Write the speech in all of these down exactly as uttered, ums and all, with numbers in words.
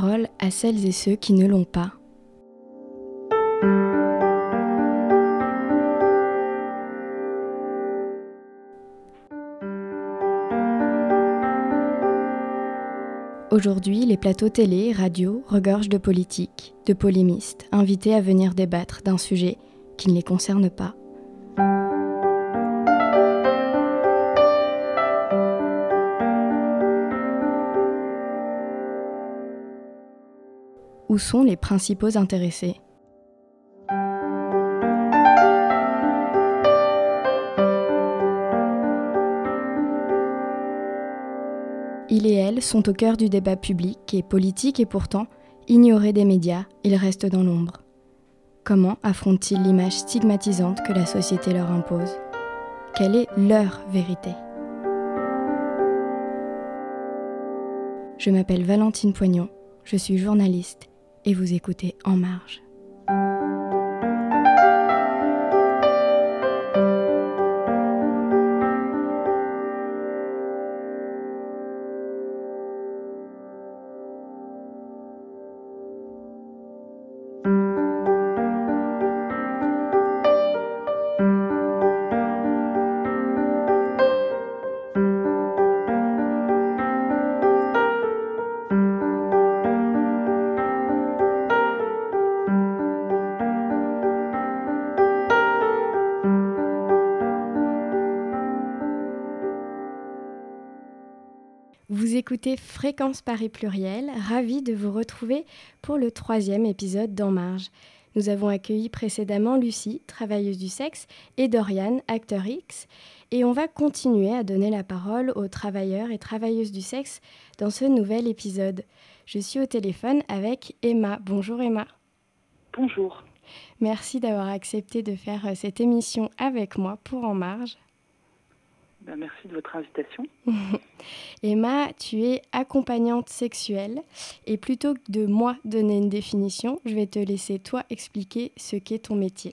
parole à celles et ceux qui ne l'ont pas. Aujourd'hui, les plateaux télé, radio regorgent de politiques, de polémistes, invités à venir débattre d'un sujet qui ne les concerne pas. Où sont les principaux intéressés ? Ils et elles sont au cœur du débat public et politique et pourtant, ignorés des médias, ils restent dans l'ombre. Comment affrontent-ils l'image stigmatisante que la société leur impose ? Quelle est leur vérité ? Je m'appelle Valentine Poignon, je suis journaliste et vous écoutez En Marge. Vous écoutez Fréquence Paris Pluriel, ravi de vous retrouver pour le troisième épisode d'En Marge. Nous avons accueilli précédemment Lucie, travailleuse du sexe, et Dorian, acteur X, et on va continuer à donner la parole aux travailleurs et travailleuses du sexe dans ce nouvel épisode. Je suis au téléphone avec Emma. Bonjour Emma. Bonjour. Merci d'avoir accepté de faire cette émission avec moi pour En Marge. Ben, merci de votre invitation. Emma, tu es accompagnante sexuelle et plutôt que de moi donner une définition, je vais te laisser toi expliquer ce qu'est ton métier.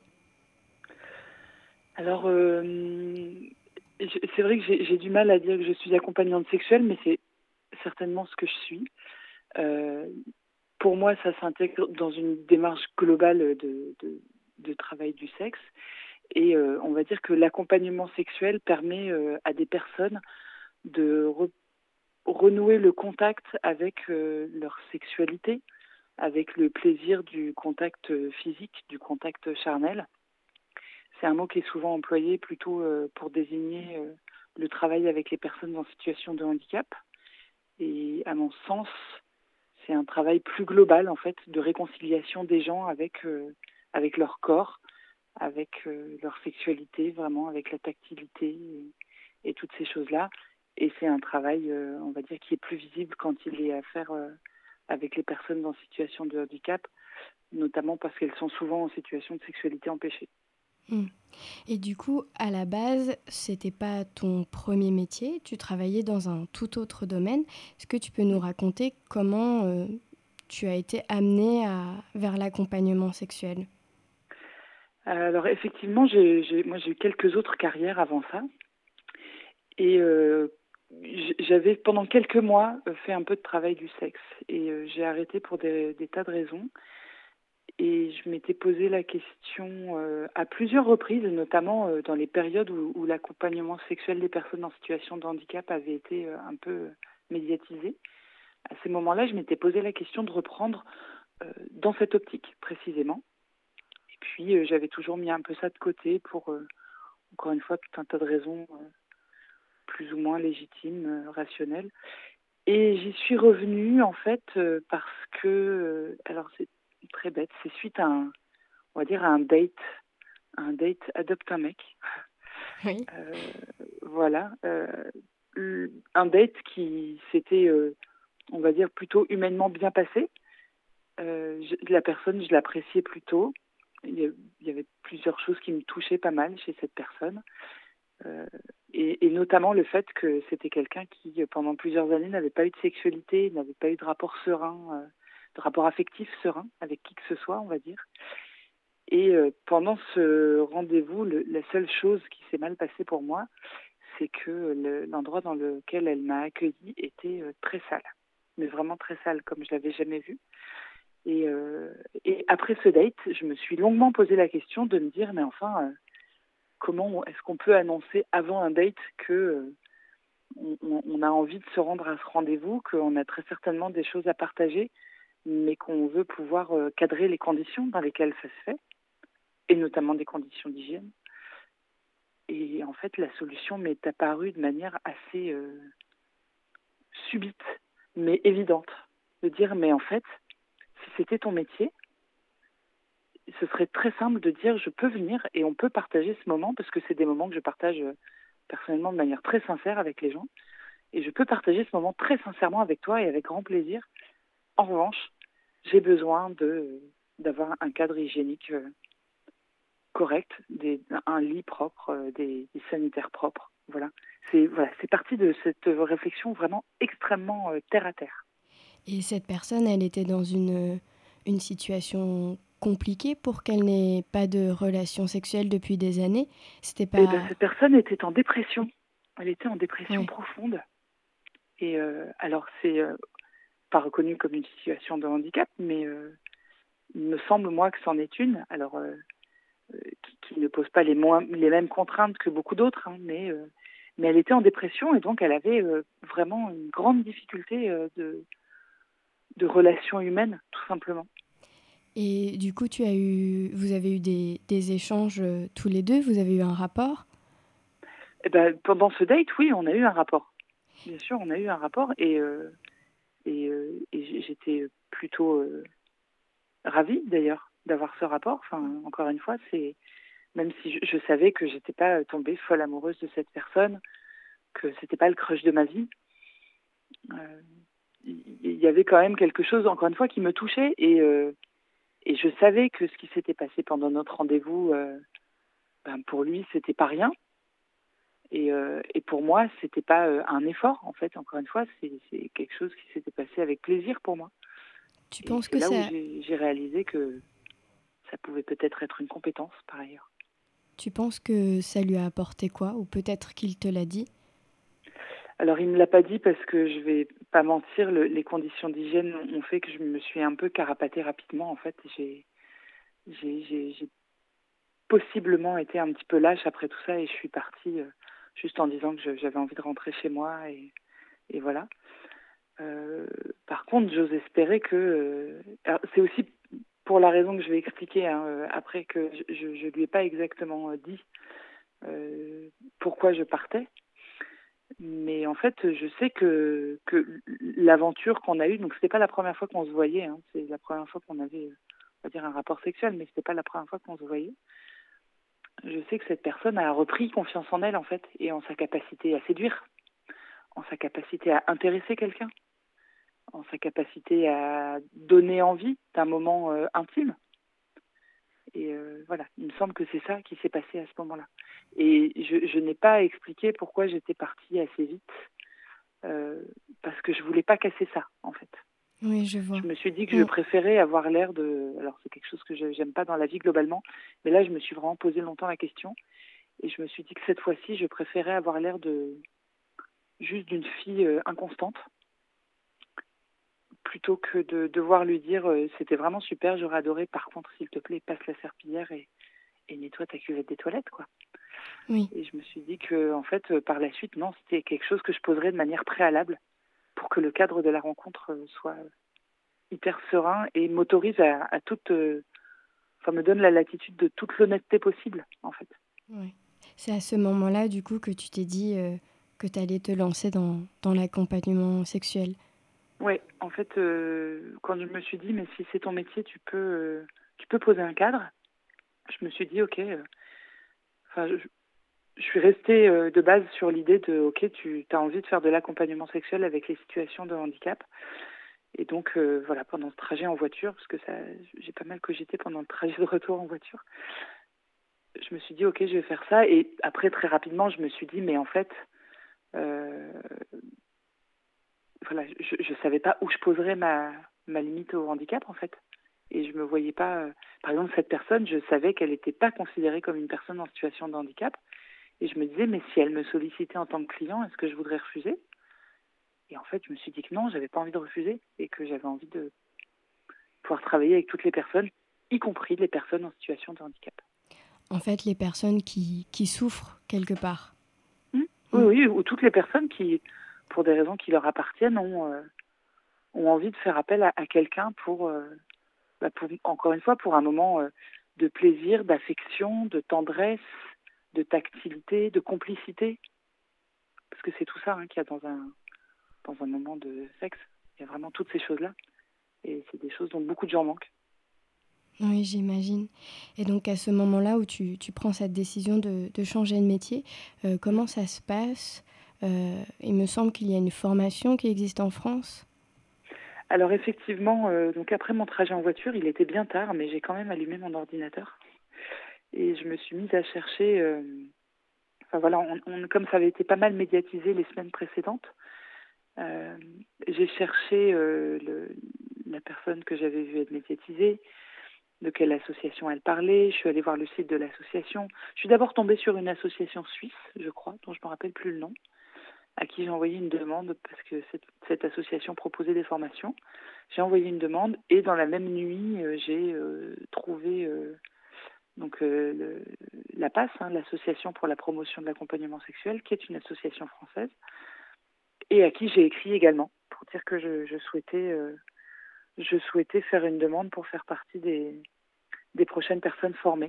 Alors, euh, c'est vrai que j'ai, j'ai du mal à dire que je suis accompagnante sexuelle, mais c'est certainement ce que je suis. Euh, pour moi, ça s'intègre dans une démarche globale de, de, de travail du sexe. Et euh, on va dire que l'accompagnement sexuel permet euh, à des personnes de re- renouer le contact avec euh, leur sexualité, avec le plaisir du contact physique, du contact charnel. C'est un mot qui est souvent employé plutôt euh, pour désigner euh, le travail avec les personnes en situation de handicap. Et à mon sens, c'est un travail plus global en fait de réconciliation des gens avec euh, avec leur corps, avec euh, leur sexualité, vraiment avec la tactilité et, et toutes ces choses-là. Et c'est un travail, euh, on va dire, qui est plus visible quand il est à faire euh, avec les personnes en situation de handicap, notamment parce qu'elles sont souvent en situation de sexualité empêchée. Mmh. Et du coup, à la base, c'était pas ton premier métier, tu travaillais dans un tout autre domaine. Est-ce que tu peux nous raconter comment euh, tu as été amenée à, vers l'accompagnement sexuel ? Alors effectivement, j'ai, j'ai, moi j'ai eu quelques autres carrières avant ça. Et euh, j'avais pendant quelques mois fait un peu de travail du sexe. Et euh, j'ai arrêté pour des, des tas de raisons. Et je m'étais posé la question euh, à plusieurs reprises, notamment euh, dans les périodes où, où l'accompagnement sexuel des personnes en situation de handicap avait été euh, un peu médiatisé. À ces moments-là, je m'étais posé la question de reprendre euh, dans cette optique, précisément. Et puis, euh, j'avais toujours mis un peu ça de côté pour, euh, encore une fois, tout un tas de raisons euh, plus ou moins légitimes, euh, rationnelles. Et j'y suis revenue, en fait, euh, parce que, euh, alors c'est très bête, c'est suite à un, on va dire, à un date, un date adopte un mec. Oui. Euh, voilà. Euh, un date qui s'était, euh, on va dire, plutôt humainement bien passé. Euh, je, la personne, je l'appréciais plutôt. Il y, a, il y avait plusieurs choses qui me touchaient pas mal chez cette personne. Euh, et, et notamment le fait que c'était quelqu'un qui, pendant plusieurs années, n'avait pas eu de sexualité, n'avait pas eu de rapport serein, euh, de rapport affectif serein avec qui que ce soit, on va dire. Et euh, pendant ce rendez-vous, le, la seule chose qui s'est mal passée pour moi, c'est que le, l'endroit dans lequel elle m'a accueillie était euh, très sale. mais vraiment très sale, comme je l'avais jamais vu. Et, euh, et après ce date, je me suis longuement posé la question de me dire, mais enfin, euh, comment est-ce qu'on peut annoncer avant un date que euh, on, on a envie de se rendre à ce rendez-vous, qu'on a très certainement des choses à partager, mais qu'on veut pouvoir euh, cadrer les conditions dans lesquelles ça se fait, et notamment des conditions d'hygiène. Et en fait, la solution m'est apparue de manière assez euh, subite, mais évidente, de dire, mais en fait, si c'était ton métier, ce serait très simple de dire, je peux venir et on peut partager ce moment, parce que c'est des moments que je partage euh, personnellement de manière très sincère avec les gens, et je peux partager ce moment très sincèrement avec toi et avec grand plaisir. En revanche, j'ai besoin de d'avoir un cadre hygiénique euh, correct, des, un lit propre, euh, des, des sanitaires propres. Voilà. C'est voilà, c'est parti de cette réflexion vraiment extrêmement euh, terre à terre. Et cette personne, elle était dans une, une situation compliquée pour qu'elle n'ait pas de relation sexuelle depuis des années. C'était Et ben pas... cette personne était en dépression. Elle était en dépression Ouais. profonde. Et euh, alors c'est euh, pas reconnu comme une situation de handicap, mais euh, il me semble moi que c'en est une. Alors euh, euh, qui, qui ne pose pas les, moins, les mêmes contraintes que beaucoup d'autres, hein, mais euh, mais elle était en dépression et donc elle avait euh, vraiment une grande difficulté euh, de de relations humaines, tout simplement. Et du coup, tu as eu, vous avez eu des, des échanges euh, tous les deux, vous avez eu un rapport. Et ben, pendant ce date, oui, on a eu un rapport. Bien sûr, on a eu un rapport et, euh, et, euh, et j'étais plutôt euh, ravie d'ailleurs d'avoir ce rapport. Enfin, encore une fois, c'est même si je, je savais que j'étais pas tombée folle amoureuse de cette personne, que c'était pas le crush de ma vie. Euh, il y avait quand même quelque chose, encore une fois, qui me touchait et, euh, et je savais que ce qui s'était passé pendant notre rendez-vous, euh, ben pour lui, c'était pas rien. Et, euh, et pour moi, c'était pas euh, un effort, en fait. Encore une fois, c'est, c'est quelque chose qui s'était passé avec plaisir pour moi. Tu Et penses c'est que là où ça, j'ai, j'ai réalisé que ça pouvait peut-être être une compétence, par ailleurs. tu penses que ça lui a apporté quoi? Ou peut-être qu'il te l'a dit? Alors, il me l'a pas dit parce que je vais pas mentir, le, les conditions d'hygiène ont fait que je me suis un peu carapatée rapidement. En fait, j'ai, j'ai, j'ai, j'ai possiblement été un petit peu lâche après tout ça et je suis partie euh, juste en disant que je, j'avais envie de rentrer chez moi et, et voilà. Euh, par contre, j'ose espérer que... Euh, alors, c'est aussi pour la raison que je vais expliquer hein, euh, après que je ne lui ai pas exactement euh, dit euh, pourquoi je partais. Mais en fait, je sais que, que l'aventure qu'on a eue, donc c'était pas la première fois qu'on se voyait, hein, c'est la première fois qu'on avait, euh, on va dire, un rapport sexuel, mais c'était pas la première fois qu'on se voyait. Je sais que cette personne a repris confiance en elle, en fait, et en sa capacité à séduire, en sa capacité à intéresser quelqu'un, en sa capacité à donner envie d'un moment euh, intime. Et euh, voilà, il me semble que c'est ça qui s'est passé à ce moment-là. Et je, je n'ai pas expliqué pourquoi j'étais partie assez vite, euh, parce que je voulais pas casser ça, en fait. Oui, je vois. Je me suis dit que je Mm. préférais avoir l'air de... Alors c'est quelque chose que je n'aime pas dans la vie globalement, mais là je me suis vraiment posé longtemps la question, et je me suis dit que cette fois-ci, je préférais avoir l'air de juste d'une fille euh, inconstante, plutôt que de devoir lui dire euh, c'était vraiment super, j'aurais adoré, par contre s'il te plaît passe la serpillière et, et nettoie ta cuvette des toilettes quoi. Oui. Et je me suis dit que en fait euh, par la suite non, c'était quelque chose que je poserais de manière préalable pour que le cadre de la rencontre euh, soit hyper serein et m'autorise à, à toute euh, enfin me donne la latitude de toute l'honnêteté possible en fait. Ouais. C'est à ce moment-là, du coup, que tu t'es dit euh, que tu allais te lancer dans, dans l'accompagnement sexuel. Ouais, en fait euh, quand je me suis dit mais si c'est ton métier, tu peux euh, tu peux poser un cadre. Je me suis dit ok euh, enfin je, je suis restée euh, de base sur l'idée de ok tu as envie de faire de l'accompagnement sexuel avec les situations de handicap et donc euh, voilà pendant ce trajet en voiture parce que ça j'ai pas mal cogité pendant le trajet de retour en voiture je me suis dit ok je vais faire ça et après très rapidement je me suis dit mais en fait euh, voilà je, je savais pas où je poserais ma ma limite au handicap en fait et je me voyais pas euh, par exemple cette personne je savais qu'elle n'était pas considérée comme une personne en situation de handicap. Et je me disais, mais si elle me sollicitait en tant que client, est-ce que je voudrais refuser? Et en fait, je me suis dit que non, j'avais pas envie de refuser et que j'avais envie de pouvoir travailler avec toutes les personnes, y compris les personnes en situation de handicap. En fait, les personnes qui, qui souffrent quelque part. Mmh. Oui, Mm. oui, ou toutes les personnes qui, pour des raisons qui leur appartiennent, ont, euh, ont envie de faire appel à, à quelqu'un pour, euh, bah pour, encore une fois, pour un moment euh, de plaisir, d'affection, de tendresse, de tactilité, de complicité. Parce que c'est tout ça hein, qu'il y a dans un, dans un moment de sexe. Il y a vraiment toutes ces choses-là. Et c'est des choses dont beaucoup de gens manquent. Oui, j'imagine. Et donc, à ce moment-là où tu, tu prends cette décision de, de changer de métier, euh, comment ça se passe ? euh, Il me semble qu'il y a une formation qui existe en France. Alors effectivement, euh, donc après mon trajet en voiture, il était bien tard, mais j'ai quand même allumé mon ordinateur. Et je me suis mise à chercher... Euh, enfin voilà, on, on, comme ça avait été pas mal médiatisé les semaines précédentes, euh, j'ai cherché euh, le, la personne que j'avais vue être médiatisée, de quelle association elle parlait. Je suis allée voir le site de l'association. Je suis d'abord tombée sur une association suisse, je crois, dont je ne me rappelle plus le nom, à qui j'ai envoyé une demande parce que cette, cette association proposait des formations. J'ai envoyé une demande et dans la même nuit, euh, j'ai euh, trouvé euh, donc euh, le, la PASS, hein, l'Association pour la promotion de l'accompagnement sexuel, qui est une association française, et à qui j'ai écrit également pour dire que je, je souhaitais euh, je souhaitais faire une demande pour faire partie des, des prochaines personnes formées.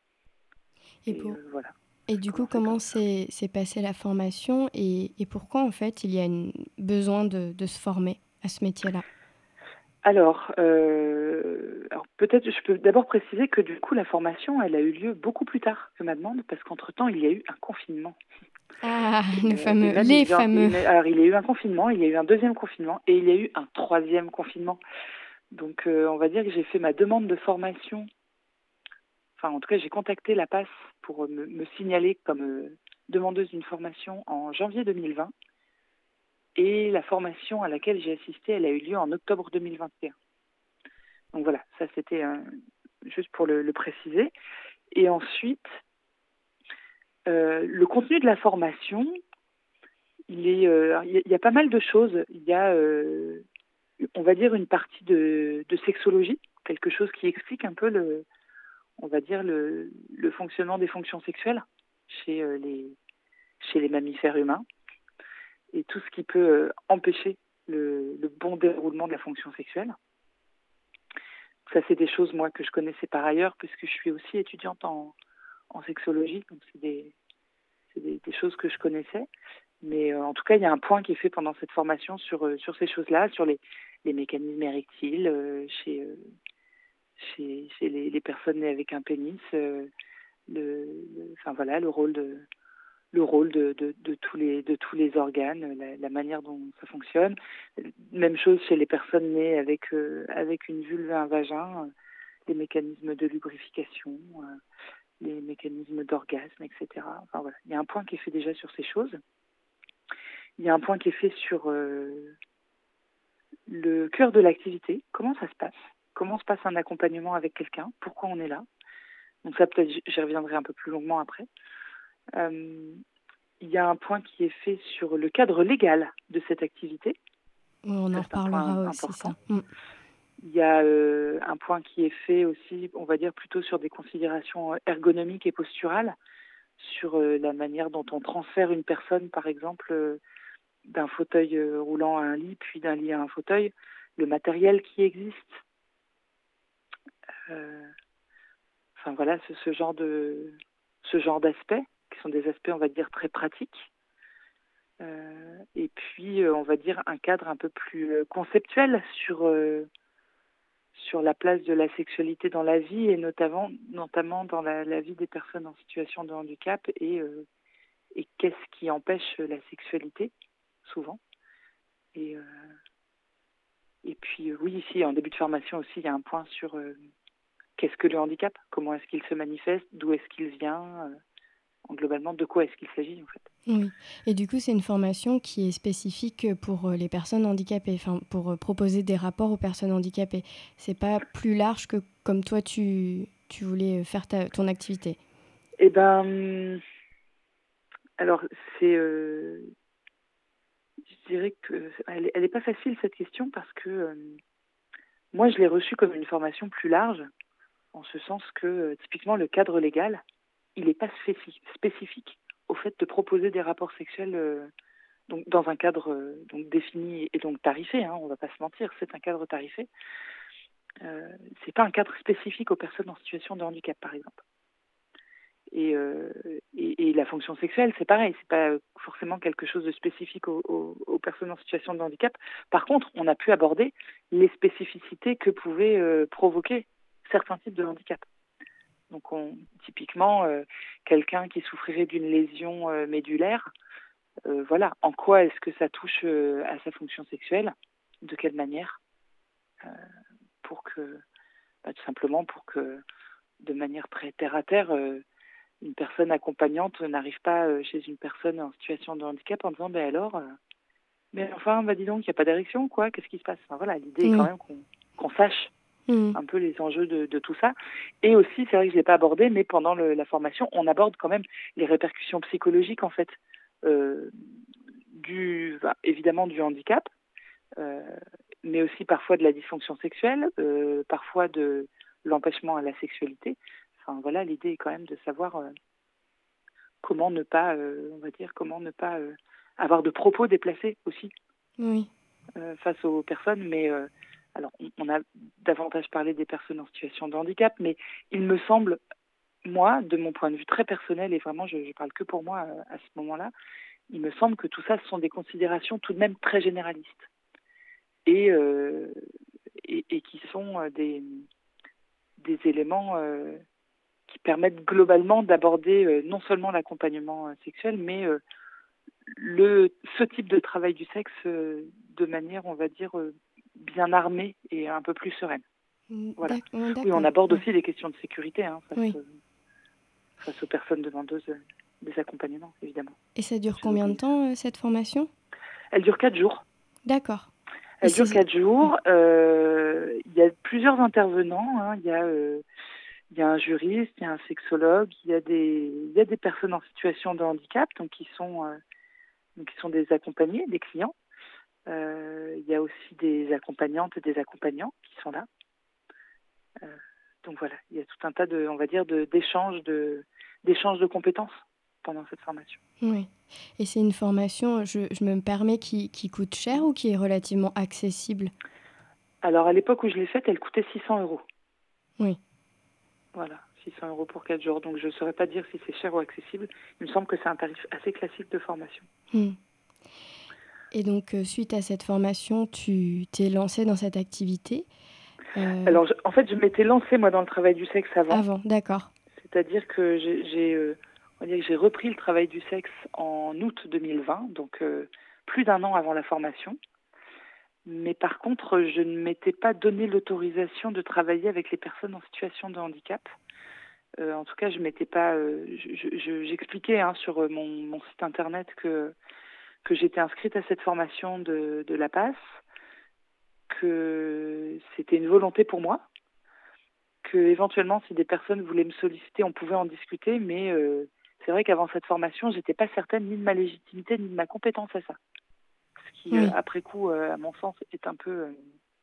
Et, Et pour... euh, voilà. et du coup, comment s'est, s'est passée la formation et, et pourquoi, en fait, il y a une... besoin de, de se former à ce métier-là ? Alors, euh, alors peut-être je peux d'abord préciser que du coup la formation elle a eu lieu beaucoup plus tard que ma demande parce qu'entre-temps il y a eu un confinement. Ah, Et, le euh, et fameux, même, les il, fameux. il, alors il y a eu un confinement, il y a eu un deuxième confinement et il y a eu un troisième confinement. Donc euh, on va dire que j'ai fait ma demande de formation. Enfin en tout cas j'ai contacté la PASS pour me, me signaler comme euh, demandeuse d'une formation en janvier deux mille vingt. Et la formation à laquelle j'ai assisté, elle a eu lieu en octobre deux mille vingt et un. Donc voilà, ça c'était euh, juste pour le, le préciser. Et ensuite, euh, le contenu de la formation, il est, euh, il y a pas mal de choses. Il y a, euh, on va dire, une partie de, de sexologie, quelque chose qui explique un peu le, on va dire le, le fonctionnement des fonctions sexuelles chez euh, les, chez les mammifères humains et tout ce qui peut euh, empêcher le, le bon déroulement de la fonction sexuelle. Ça, c'est des choses, moi, que je connaissais par ailleurs, puisque je suis aussi étudiante en, en sexologie, donc c'est des, c'est des, des choses que je connaissais. Mais euh, en tout cas, il y a un point qui est fait pendant cette formation sur, euh, sur ces choses-là, sur les, les mécanismes érectiles euh, chez, euh, chez, chez les, les personnes nées avec un pénis, euh, le, le, enfin, voilà, le rôle de, le rôle de, de, de, tous, les, de tous les organes, la, la manière dont ça fonctionne. Même chose chez les personnes nées avec, euh, avec une vulve et un vagin, euh, les mécanismes de lubrification, euh, les mécanismes d'orgasme, et cetera. Enfin, voilà. Il y a un point qui est fait déjà sur ces choses. Il y a un point qui est fait sur euh, le cœur de l'activité. Comment ça se passe ? Comment se passe un accompagnement avec quelqu'un ? Pourquoi on est là ? Donc ça, peut-être, j'y reviendrai un peu plus longuement après. Euh, il y a un point qui est fait sur le cadre légal de cette activité. Oui, on Ça, en c'est un point reparlera aussi, important. ça. Mm. Il y a euh, un point qui est fait aussi, on va dire, plutôt sur des considérations ergonomiques et posturales, sur euh, la manière dont on transfère une personne, par exemple, euh, d'un fauteuil euh, roulant à un lit, puis d'un lit à un fauteuil, le matériel qui existe. Euh, enfin voilà, ce, ce genre de ce genre d'aspects, qui sont des aspects, on va dire, très pratiques. Euh, et puis, euh, on va dire, un cadre un peu plus euh, conceptuel sur, euh, sur la place de la sexualité dans la vie, et notamment, notamment dans la, la vie des personnes en situation de handicap, et, euh, et qu'est-ce qui empêche la sexualité, souvent. Et, euh, et puis, euh, oui, ici, en début de formation aussi, il y a un point sur euh, qu'est-ce que le handicap, comment est-ce qu'il se manifeste, d'où est-ce qu'il vient, euh, globalement, de quoi est-ce qu'il s'agit, en fait. Oui, et du coup, c'est une formation qui est spécifique pour les personnes handicapées, enfin, pour proposer des rapports aux personnes handicapées. C'est pas plus large que comme toi, tu, tu voulais faire ta, ton activité. Eh ben, alors, c'est... Euh, je dirais qu'elle n'est pas facile cette question parce que euh, moi, je l'ai reçue comme une formation plus large, en ce sens que euh, typiquement le cadre légal, il n'est pas spécifique, spécifique au fait de proposer des rapports sexuels euh, donc dans un cadre euh, donc défini et donc tarifé. Hein, on ne va pas se mentir, c'est un cadre tarifé. Euh, c'est pas un cadre spécifique aux personnes en situation de handicap, par exemple. Et, euh, et, et la fonction sexuelle, c'est pareil, c'est pas forcément quelque chose de spécifique aux, aux, aux personnes en situation de handicap. Par contre, on a pu aborder les spécificités que pouvaient euh, provoquer certains types de handicap. Donc, on, typiquement, euh, quelqu'un qui souffrirait d'une lésion euh, médulaire, euh, voilà, en quoi est-ce que ça touche euh, à sa fonction sexuelle, de quelle manière, euh, pour que, bah, tout simplement pour que, de manière très terre à terre, euh, une personne accompagnante n'arrive pas euh, chez une personne en situation de handicap en disant ben alors, euh, mais enfin, bah dis donc, il n'y a pas d'érection, quoi, qu'est-ce qui se passe? Enfin, voilà, l'idée est quand Oui. même qu'on qu'on sache Mmh. un peu les enjeux de, de tout ça. Et aussi, c'est vrai que je ne l'ai pas abordé, mais pendant le, la formation, on aborde quand même les répercussions psychologiques, en fait, euh, du, bah, évidemment du handicap, euh, mais aussi parfois de la dysfonction sexuelle, euh, parfois de l'empêchement à la sexualité. Enfin, voilà, l'idée est quand même de savoir euh, comment ne pas, euh, on va dire, comment ne pas euh, avoir de propos déplacés aussi Oui. euh, face aux personnes. Mais euh, alors, on, on a davantage parlé des personnes en situation de handicap, mais il me semble, moi, de mon point de vue très personnel, et vraiment, je, je parle que pour moi euh, à ce moment-là, il me semble que tout ça, ce sont des considérations tout de même très généralistes et, euh, et, et qui sont euh, des, des éléments euh, qui permettent globalement d'aborder euh, non seulement l'accompagnement euh, sexuel, mais euh, le, ce type de travail du sexe euh, de manière, on va dire, euh, bien armée et un peu plus sereine. Voilà. D'ac- ouais, Oui, on d'accord. aborde Ouais. aussi des questions de sécurité hein, face, Oui. euh, face aux personnes demandeuses euh, des accompagnements, évidemment. Et ça dure J'ai combien de oublié ça. temps, euh, cette formation? Elle dure quatre jours. D'accord. Et Elle dure c'est... quatre jours. Euh, il y a plusieurs intervenants. Hein. Il y a, euh, il y a un juriste, il y a un sexologue, il y a des, il y a des personnes en situation de handicap, donc qui sont, euh, donc qui sont des accompagnés, des clients. Euh, il y a aussi des accompagnantes et des accompagnants qui sont là. Euh, donc voilà, il y a tout un tas de, on va dire, de, d'échanges de, d'échanges de compétences pendant cette formation. Oui. Et c'est une formation, je, je me permets, qui, qui coûte cher ou qui est relativement accessible? Alors à l'époque où je l'ai faite, elle coûtait six cents euros. Oui. Voilà, six cents euros pour quatre jours. Donc je ne saurais pas dire si c'est cher ou accessible. Il me semble que c'est un tarif assez classique de formation. Hmm. Et donc, euh, suite à cette formation, tu t'es lancée dans cette activité euh, Alors je, en fait, je m'étais lancée moi dans le travail du sexe avant. avant, d'accord. C'est-à-dire que j'ai, j'ai, euh, on va dire que j'ai repris le travail du sexe en août deux mille vingt, donc euh, plus d'un an avant la formation. Mais par contre, je ne m'étais pas donné l'autorisation de travailler avec les personnes en situation de handicap. Euh, en tout cas, je m'étais pas. Euh, je, je, j'expliquais hein, sur mon, mon site internet que que j'étais inscrite à cette formation de, de la P A S, que c'était une volonté pour moi, que éventuellement, si des personnes voulaient me solliciter, on pouvait en discuter, mais euh, c'est vrai qu'avant cette formation, j'étais pas certaine ni de ma légitimité ni de ma compétence à ça. Ce qui, euh, Oui. après coup, euh, à mon sens, est un peu, euh,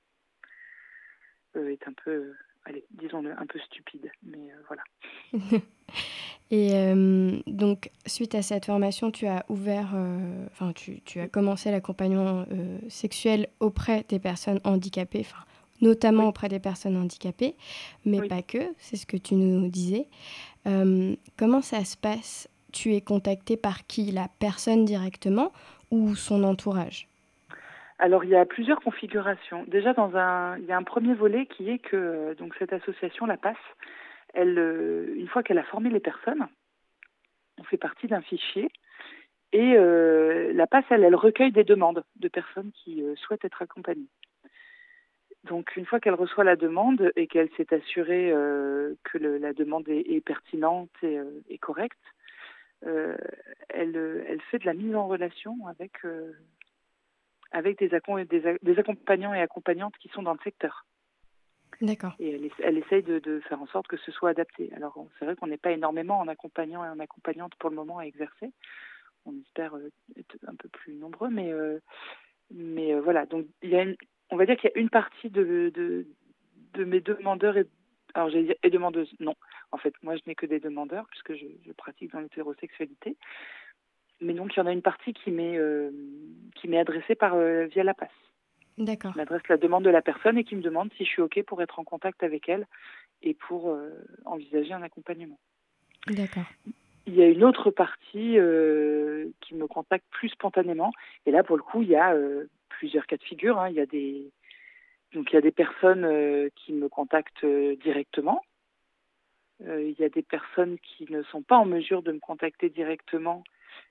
euh, est un peu, euh, allez, disons-le, un peu stupide. Mais euh, voilà. Et euh, donc, suite à cette formation, tu as ouvert, euh, enfin, tu, tu as commencé l'accompagnement euh, sexuel auprès des personnes handicapées, enfin, notamment Oui, auprès des personnes handicapées, mais oui. pas que, c'est ce que tu nous disais. Euh, comment ça se passe? Tu es contacté par qui? La personne directement ou son entourage? Alors il y a plusieurs configurations. Déjà, dans un, il y a un premier volet qui est que euh, donc cette association, la P A S, elle, euh, une fois qu'elle a formé les personnes, on fait partie d'un fichier et euh, la P A S, elle, elle recueille des demandes de personnes qui euh, souhaitent être accompagnées. Donc une fois qu'elle reçoit la demande et qu'elle s'est assurée euh, que le, la demande est, est pertinente et, euh, et correcte, euh, elle, elle fait de la mise en relation avec, euh, avec des, accom- des, des accompagnants et accompagnantes qui sont dans le secteur. D'accord. Et elle, elle essaye de, de faire en sorte que ce soit adapté. Alors c'est vrai qu'on n'est pas énormément en accompagnant et en accompagnante pour le moment à exercer. on espère euh, être un peu plus nombreux, mais, euh, mais euh, voilà. Donc, il y a une, on va dire qu'il y a une partie de, de, de mes demandeurs et, alors j'ai dit et demandeuses, non. En fait, moi, je n'ai que des demandeurs puisque je, je pratique dans l'hétérosexualité. Mais donc, il y en a une partie qui m'est, euh, qui m'est adressée par, euh, via la passe. D'accord. Qui m'adresse la demande de la personne et qui me demande si je suis OK pour être en contact avec elle et pour euh, envisager un accompagnement. D'accord. Il y a une autre partie euh, qui me contacte plus spontanément. Et là, pour le coup, il y a euh, plusieurs cas de figure. Hein. Il y a des, donc, il y a des personnes euh, qui me contactent euh, directement. Euh, il y a des personnes qui ne sont pas en mesure de me contacter directement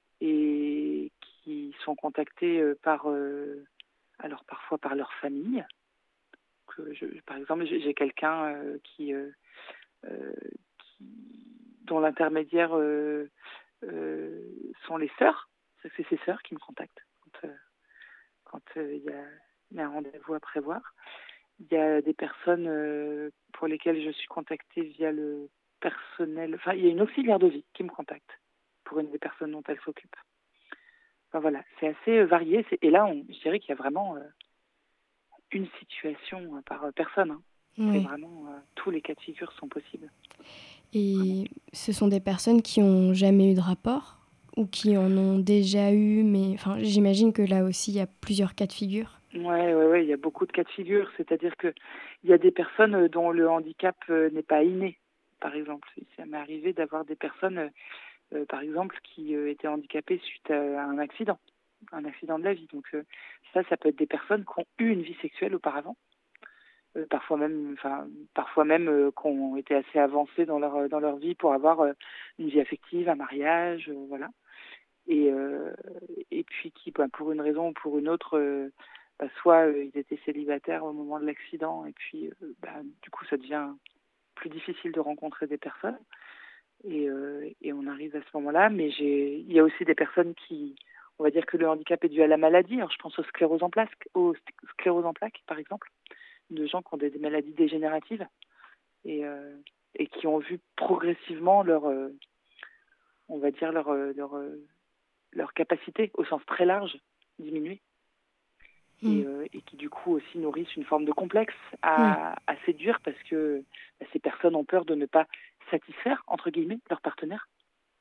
et qui sont contactées euh, par, euh, alors parfois par leur famille. Que je, par exemple, j'ai, j'ai quelqu'un euh, qui, euh, euh, qui, dont l'intermédiaire euh, euh, sont les sœurs. C'est c'est ses sœurs qui me contactent quand euh, quand euh, il y a, il y a un rendez-vous à prévoir. Il y a des personnes euh, pour lesquelles je suis contactée via le personnel. Enfin, il y a une auxiliaire de vie qui me contacte pour une des personnes dont elle s'occupe. Enfin, voilà, c'est assez euh, varié. C'est, et là, on, je dirais qu'il y a vraiment euh, une situation euh, par euh, personne. Hein. C'est Oui. vraiment euh, tous les cas de figure sont possibles. Vraiment. Et ce sont des personnes qui n'ont jamais eu de rapport ou qui en ont déjà eu, mais enfin, j'imagine que là aussi, il y a plusieurs cas de figure. Ouais, ouais, ouais, il y a beaucoup de cas de figure. C'est-à-dire que il y a des personnes euh, dont le handicap euh, n'est pas inné, par exemple. Ça m'est arrivé d'avoir des personnes, euh, euh, par exemple, qui euh, étaient handicapées suite à un accident, un accident de la vie. Donc euh, ça, ça peut être des personnes qui ont eu une vie sexuelle auparavant, euh, parfois même, enfin, parfois même euh, qui ont été assez avancées dans leur dans leur vie pour avoir euh, une vie affective, un mariage, euh, voilà. Et euh, et puis qui, bah, pour une raison ou pour une autre, euh, bah, soit euh, ils étaient célibataires au moment de l'accident, et puis euh, bah, du coup ça devient plus difficile de rencontrer des personnes. Et, euh, et on arrive à ce moment-là, mais j'ai, il y a aussi des personnes qui, on va dire que le handicap est dû à la maladie. Alors je pense aux scléroses en plaques, aux scléroses en plaques, par exemple, de gens qui ont des, des maladies dégénératives et, euh, et qui ont vu progressivement leur, euh, on va dire leur, euh, leur, euh, leur capacité au sens très large diminuer. Mm. Et, euh, et qui du coup aussi nourrissent une forme de complexe Oui. à, à séduire parce que bah, ces personnes ont peur de ne pas satisfaire, entre guillemets, leur partenaire.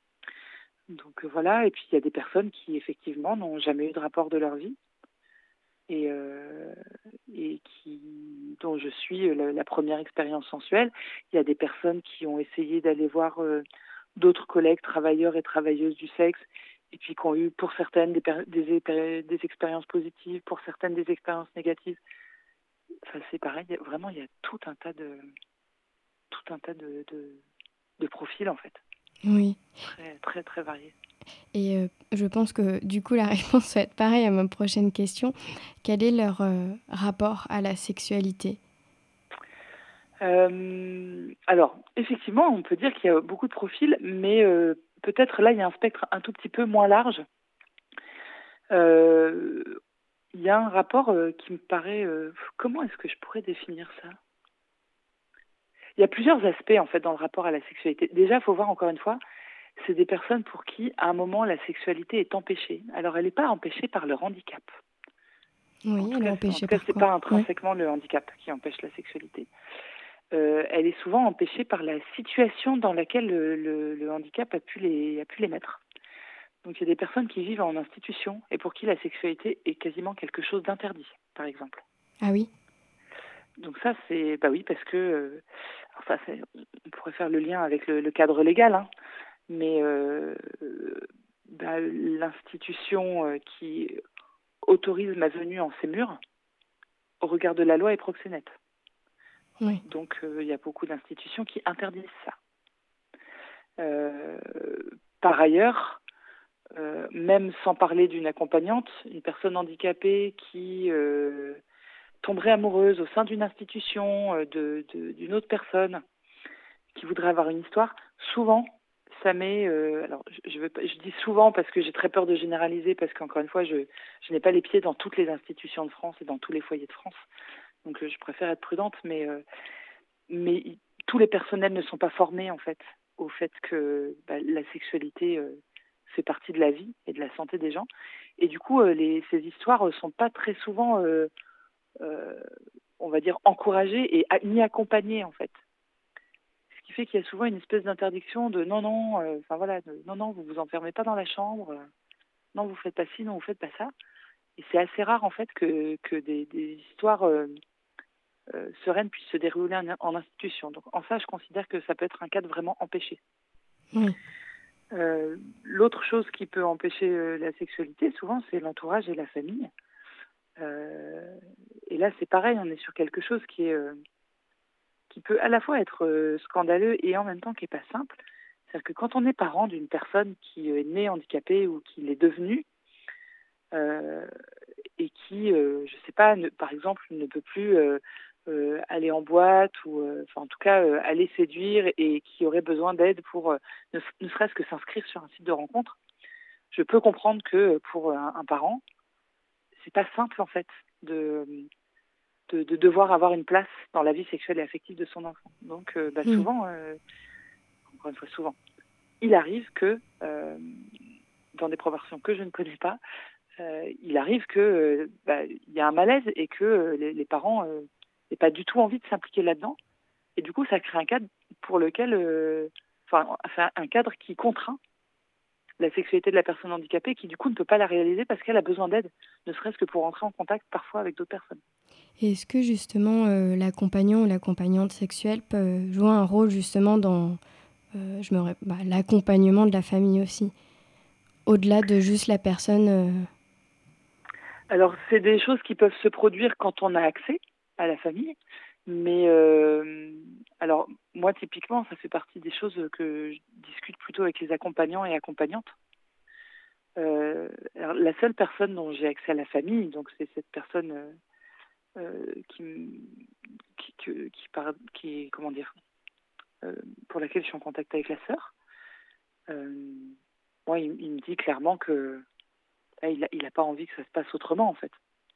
Donc euh, voilà, et puis il y a des personnes qui effectivement n'ont jamais eu de rapport de leur vie et, euh, et qui, dont je suis la, la première expérience sensuelle. Il y a des personnes qui ont essayé d'aller voir euh, d'autres collègues, travailleurs et travailleuses du sexe, et puis qui ont eu pour certaines des, des, des expériences positives, pour certaines des expériences négatives. Enfin, c'est pareil, il y a, vraiment il y a tout un tas de tout un tas de, de, de profils en fait, Oui. très très très variés. Et euh, je pense que du coup, la réponse va être pareille à ma prochaine question. Quel est leur euh, rapport à la sexualité ? Euh, alors, effectivement, on peut dire qu'il y a beaucoup de profils, mais euh, peut-être là, il y a un spectre un tout petit peu moins large. Euh, il y a un rapport euh, qui me paraît... Euh, comment est-ce que je pourrais définir ça ? Il y a plusieurs aspects, en fait, dans le rapport à la sexualité. Déjà, il faut voir, encore une fois, c'est des personnes pour qui, à un moment, la sexualité est empêchée. Alors, elle n'est pas empêchée par leur handicap. Oui, En tout elle est cas, en empêchée tout cas, par c'est quoi ? pas Oui. intrinsèquement le handicap qui empêche la sexualité. Euh, elle est souvent empêchée par la situation dans laquelle le, le, le handicap a pu, les, a pu les mettre. Donc il y a des personnes qui vivent en institution et pour qui la sexualité est quasiment quelque chose d'interdit, par exemple. Ah oui ? Donc ça, c'est... Bah oui, parce que... Euh, alors ça, c'est, on pourrait faire le lien avec le, le cadre légal, hein, mais euh, bah, l'institution euh, qui autorise ma venue en ces murs, au regard de la loi, est proxénète. Oui. Donc il euh, y a beaucoup d'institutions qui interdisent ça. Euh, par ailleurs, euh, même sans parler d'une accompagnante, une personne handicapée qui euh, tomberait amoureuse au sein d'une institution euh, de, de, d'une autre personne qui voudrait avoir une histoire, souvent, ça met... Euh, alors, je, je, veux pas, je dis souvent parce que j'ai très peur de généraliser, parce qu'encore une fois, je, je n'ai pas les pieds dans toutes les institutions de France et dans tous les foyers de France. Donc, euh, je préfère être prudente, mais... Euh, mais tous les personnels ne sont pas formés en fait au fait que bah, la sexualité euh, fait partie de la vie et de la santé des gens. Et du coup, euh, les, ces histoires ne sont pas très souvent, euh, euh, on va dire, encouragées et a- ni accompagnées, en fait. Ce qui fait qu'il y a souvent une espèce d'interdiction de non, non, euh, enfin voilà, de, non, non, vous vous enfermez pas dans la chambre, euh, non, vous faites pas ci, non, vous faites pas ça. Et c'est assez rare, en fait, que, que des, des histoires euh, euh, sereines puissent se dérouler en, en institution. Donc, en ça, je considère que ça peut être un cadre vraiment empêché. Oui. Euh, l'autre chose qui peut empêcher euh, la sexualité, souvent, c'est l'entourage et la famille. Euh, et là, c'est pareil, on est sur quelque chose qui est euh, qui peut à la fois être euh, scandaleux et en même temps qui est pas simple. C'est-à-dire que quand on est parent d'une personne qui est née handicapée ou qui l'est devenue, euh, et qui, euh, je sais pas, ne, par exemple, ne peut plus euh, euh, aller en boîte ou, euh, enfin, en tout cas, euh, aller séduire et qui aurait besoin d'aide pour euh, ne, ne serait-ce que s'inscrire sur un site de rencontre, je peux comprendre que pour un, un parent, c'est pas simple en fait de, de, de devoir avoir une place dans la vie sexuelle et affective de son enfant. Donc, euh, bah, Mm. souvent, euh, encore une fois, souvent, il arrive que, euh, dans des proportions que je ne connais pas, euh, il arrive que euh, bah, il y a un malaise et que euh, les, les parents euh, n'aient pas du tout envie de s'impliquer là-dedans. Et du coup, ça crée un cadre pour lequel, euh, enfin, enfin, un cadre qui contraint la sexualité de la personne handicapée, qui du coup ne peut pas la réaliser parce qu'elle a besoin d'aide, ne serait-ce que pour entrer en contact parfois avec d'autres personnes. Et est-ce que justement euh, l'accompagnant ou l'accompagnante sexuelle peut jouer un rôle justement dans euh, je me ré- bah, l'accompagnement de la famille aussi, au-delà de juste la personne euh, Alors, c'est des choses qui peuvent se produire quand on a accès à la famille, mais euh, alors moi typiquement, ça fait partie des choses que je discute plutôt avec les accompagnants et accompagnantes. Euh, alors, la seule personne dont j'ai accès à la famille, donc c'est cette personne euh, euh, qui, m- qui, que- qui, par- qui, comment dire, euh, pour laquelle je suis en contact avec la sœur. Euh, moi, il, il me dit clairement que là, il a, il a pas envie que ça se passe autrement en fait,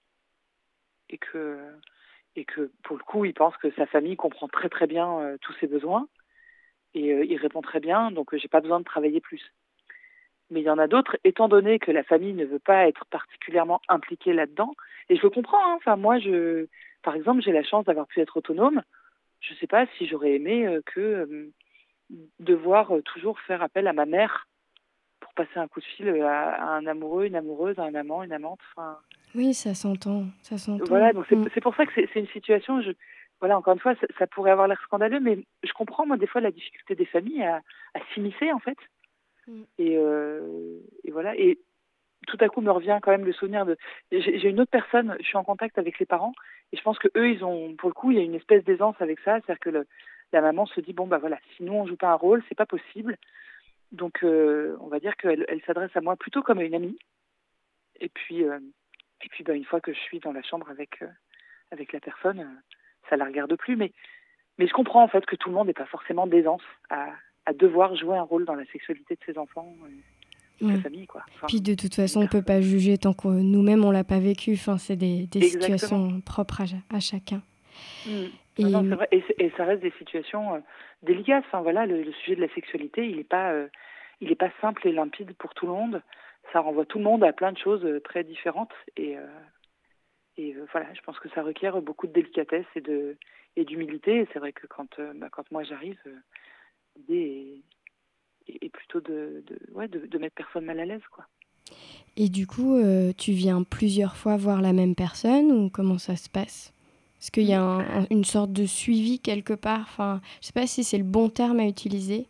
et que et que pour le coup, il pense que sa famille comprend très très bien euh, tous ses besoins et euh, il répond très bien, donc euh, j'ai pas besoin de travailler plus. Mais il y en a d'autres, étant donné que la famille ne veut pas être particulièrement impliquée là-dedans, et je le comprends, hein, enfin moi, je, par exemple, j'ai la chance d'avoir pu être autonome. Je ne sais pas si j'aurais aimé euh, que euh, devoir euh, toujours faire appel à ma mère pour passer un coup de fil à, à un amoureux, une amoureuse, à un amant, une amante. Enfin, oui, ça s'entend, ça s'entend. voilà, donc c'est Mm. c'est pour ça que c'est c'est une situation. Je, voilà, encore une fois, ça, ça pourrait avoir l'air scandaleux, mais je comprends moi des fois la difficulté des familles à, à s'immiscer en fait. Mm. Et, euh, et voilà. Et tout à coup me revient quand même le souvenir de. J'ai j'ai une autre personne. Je suis en contact avec les parents et je pense que eux, ils ont, pour le coup, il y a une espèce d'aisance avec ça, c'est-à-dire que le, la maman se dit bon bah voilà, si nous on joue pas un rôle, c'est pas possible. Donc euh, on va dire qu'elle elle s'adresse à moi plutôt comme à une amie. Et puis euh, et puis bah une fois que je suis dans la chambre avec euh, avec la personne, euh, ça la regarde plus. Mais mais je comprends en fait que tout le monde n'est pas forcément d'aisance à à devoir jouer un rôle dans la sexualité de ses enfants euh, et de sa Oui. famille quoi. Enfin, Puis de toute d'une façon, on peut personne. pas juger tant que nous-mêmes on l'a pas vécu. Enfin, c'est des, des Exactement. situations propres à, à chacun. Mm. Non, Et non, c'est vrai. Et, et ça reste des situations euh, délicates. Enfin, voilà, le, le sujet de la sexualité, il n'est pas, euh, il est pas simple et limpide pour tout le monde. Ça renvoie tout le monde à plein de choses euh, très différentes. Et, euh, et euh, voilà, je pense que ça requiert beaucoup de délicatesse et de et d'humilité. Et c'est vrai que quand, euh, bah, quand moi j'arrive, euh, l'idée est, est, est plutôt de, de, ouais, de, de mettre personne mal à l'aise, quoi. Et du coup, euh, tu viens plusieurs fois voir la même personne ou comment ça se passe? Est-ce qu'il y Mm. a un- un- une sorte de suivi quelque part? Enfin, je sais pas si c'est le bon terme à utiliser.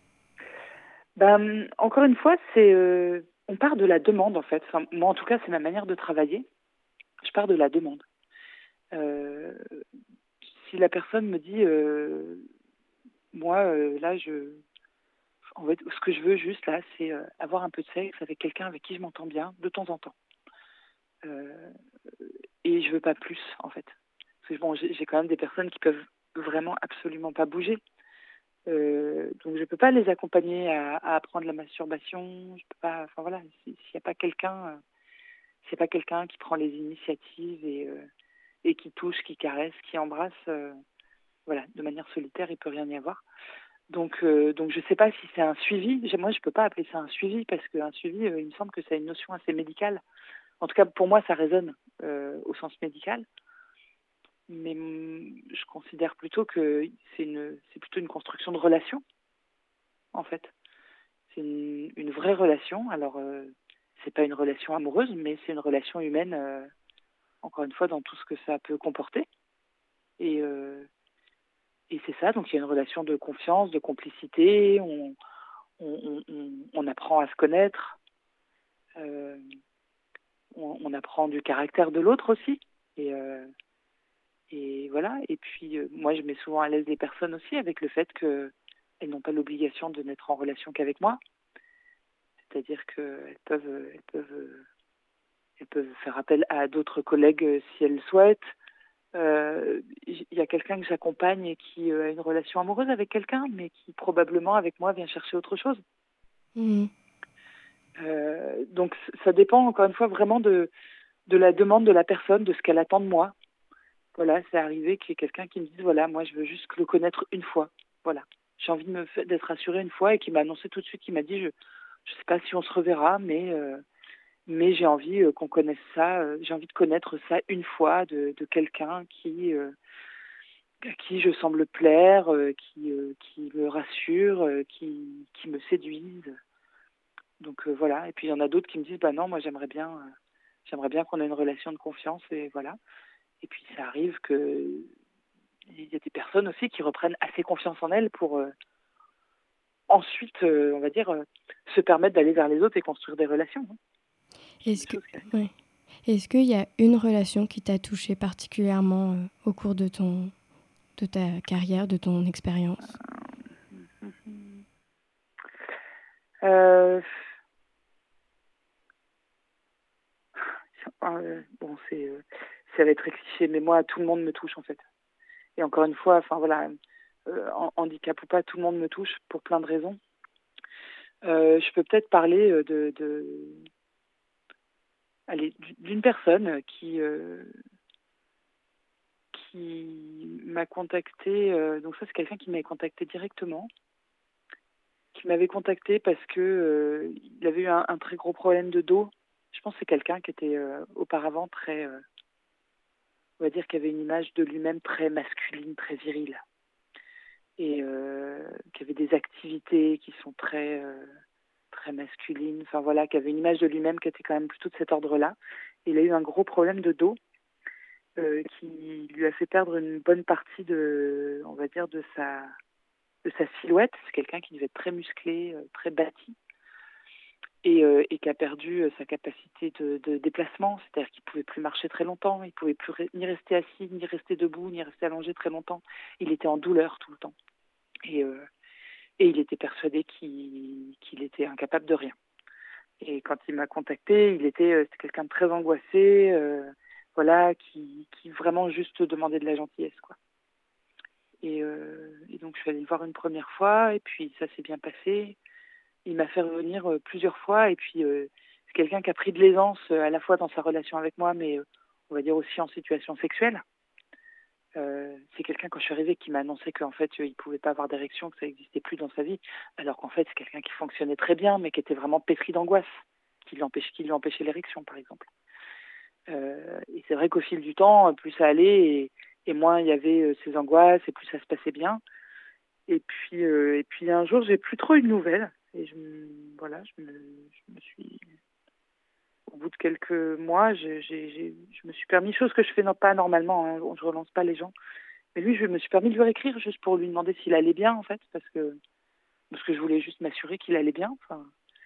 Ben, encore une fois, c'est euh, on part de la demande en fait. Enfin, moi, en tout cas, c'est ma manière de travailler. Je pars de la demande. Euh, si la personne me dit, euh, moi, euh, là, je, en fait, ce que je veux juste là, c'est euh, avoir un peu de sexe avec quelqu'un avec qui je m'entends bien de temps en temps. Euh, et je veux pas plus, en fait. Parce que bon, j'ai j'ai quand même des personnes qui peuvent vraiment absolument pas bouger. Euh, donc je peux pas les accompagner à, à apprendre la masturbation. Je peux pas. Enfin voilà, s'il n'y a pas quelqu'un, euh, s'il y a pas quelqu'un qui prend les initiatives et euh, et qui touche, qui caresse, qui embrasse, euh, voilà, de manière solitaire, il peut rien y avoir. Donc, euh, donc je ne sais pas si c'est un suivi. Moi, je ne peux pas appeler ça un suivi parce qu'un suivi, euh, il me semble que ça a une notion assez médicale. En tout cas, pour moi, ça résonne euh, au sens médical. Mais mm, je considère plutôt que c'est, une, c'est plutôt une construction de relation, en fait. C'est une, une vraie relation. Alors, euh, c'est pas une relation amoureuse, mais c'est une relation humaine, euh, encore une fois, dans tout ce que ça peut comporter. Et, euh, et c'est ça, donc il y a une relation de confiance, de complicité, on, on, on, on apprend à se connaître, euh, on, on apprend du caractère de l'autre aussi. Et, euh, et voilà, et puis euh, moi je mets souvent à l'aise les personnes aussi avec le fait qu'elles n'ont pas l'obligation de n'être en relation qu'avec moi. C'est-à-dire qu'elles peuvent, elles peuvent, elles peuvent faire appel à d'autres collègues si elles le souhaitent. Il euh, y a quelqu'un que j'accompagne et qui euh, a une relation amoureuse avec quelqu'un, mais qui probablement avec moi vient chercher autre chose. Mmh. Euh, donc ça dépend encore une fois vraiment de, de la demande de la personne, de ce qu'elle attend de moi. Voilà, c'est arrivé qu'il y ait quelqu'un qui me dise voilà, moi je veux juste le connaître une fois. Voilà, j'ai envie de me fa- d'être rassurée une fois et qui m'a annoncé tout de suite, qui m'a dit je je sais pas si on se reverra, mais euh, mais j'ai envie euh, qu'on connaisse ça, euh, j'ai envie de connaître ça une fois de, de quelqu'un qui euh, à qui je semble plaire, euh, qui, euh, qui me rassure, euh, qui, qui me séduise. Donc euh, voilà. Et puis il y en a d'autres qui me disent bah non, moi j'aimerais bien, euh, j'aimerais bien qu'on ait une relation de confiance et voilà. Et puis ça arrive que il y a des personnes aussi qui reprennent assez confiance en elles pour euh, ensuite, euh, on va dire, euh, se permettre d'aller vers les autres et construire des relations. Hein. Est-ce que, ouais. Est-ce qu'il y a une relation qui t'a touché particulièrement euh, au cours de ton de ta carrière, de ton expérience? euh, euh, Bon, c'est, euh, ça va être très cliché, mais moi, tout le monde me touche en fait. Et encore une fois, enfin voilà, euh, handicap ou pas, tout le monde me touche pour plein de raisons. Euh, je peux peut-être parler de, de allez, d'une personne qui euh, qui m'a contacté. Euh, donc ça, c'est quelqu'un qui m'avait contacté directement, qui m'avait contacté parce que euh, il avait eu un, un très gros problème de dos. Je pense que c'est quelqu'un qui était euh, auparavant très, euh, on va dire, qui avait une image de lui-même très masculine, très virile, et euh, qui avait des activités qui sont très euh, très masculines. Enfin voilà, qui avait une image de lui-même qui était quand même plutôt de cet ordre-là. Il a eu un gros problème de dos euh, qui lui a fait perdre une bonne partie de, on va dire, de sa de sa silhouette. C'est quelqu'un qui devait être très musclé, euh, très bâti. Et, euh, et qui a perdu euh, sa capacité de, de déplacement, c'est-à-dire qu'il ne pouvait plus marcher très longtemps, il ne pouvait plus re- ni rester assis, ni rester debout, ni rester allongé très longtemps. Il était en douleur tout le temps. Et, euh, et il était persuadé qu'il, qu'il était incapable de rien. Et quand il m'a contacté, il était euh, c'était quelqu'un de très angoissé, euh, voilà, qui, qui vraiment juste demandait de la gentillesse, quoi. Et, euh, et donc je suis allée le voir une première fois, et puis ça s'est bien passé. Il m'a fait revenir euh, plusieurs fois, et puis euh, c'est quelqu'un qui a pris de l'aisance euh, à la fois dans sa relation avec moi, mais euh, on va dire aussi en situation sexuelle. Euh, c'est quelqu'un, quand je suis arrivée, qui m'a annoncé qu'en fait, euh, il ne pouvait pas avoir d'érection, que ça n'existait plus dans sa vie, alors qu'en fait, c'est quelqu'un qui fonctionnait très bien, mais qui était vraiment pétri d'angoisse, qui lui empêchait, qui lui empêchait l'érection, par exemple. Euh, et c'est vrai qu'au fil du temps, plus ça allait, et, et moins il y avait euh, ces angoisses, et plus ça se passait bien. Et puis, euh, et puis un jour, j'ai plus trop eu de nouvelles. Et je, voilà, je me, je me suis, au bout de quelques mois, je, j'ai, j'ai, je me suis permis, chose que je fais non, pas normalement, hein, je relance pas les gens. Mais lui, je me suis permis de lui réécrire juste pour lui demander s'il allait bien, en fait, parce que, parce que je voulais juste m'assurer qu'il allait bien. Enfin.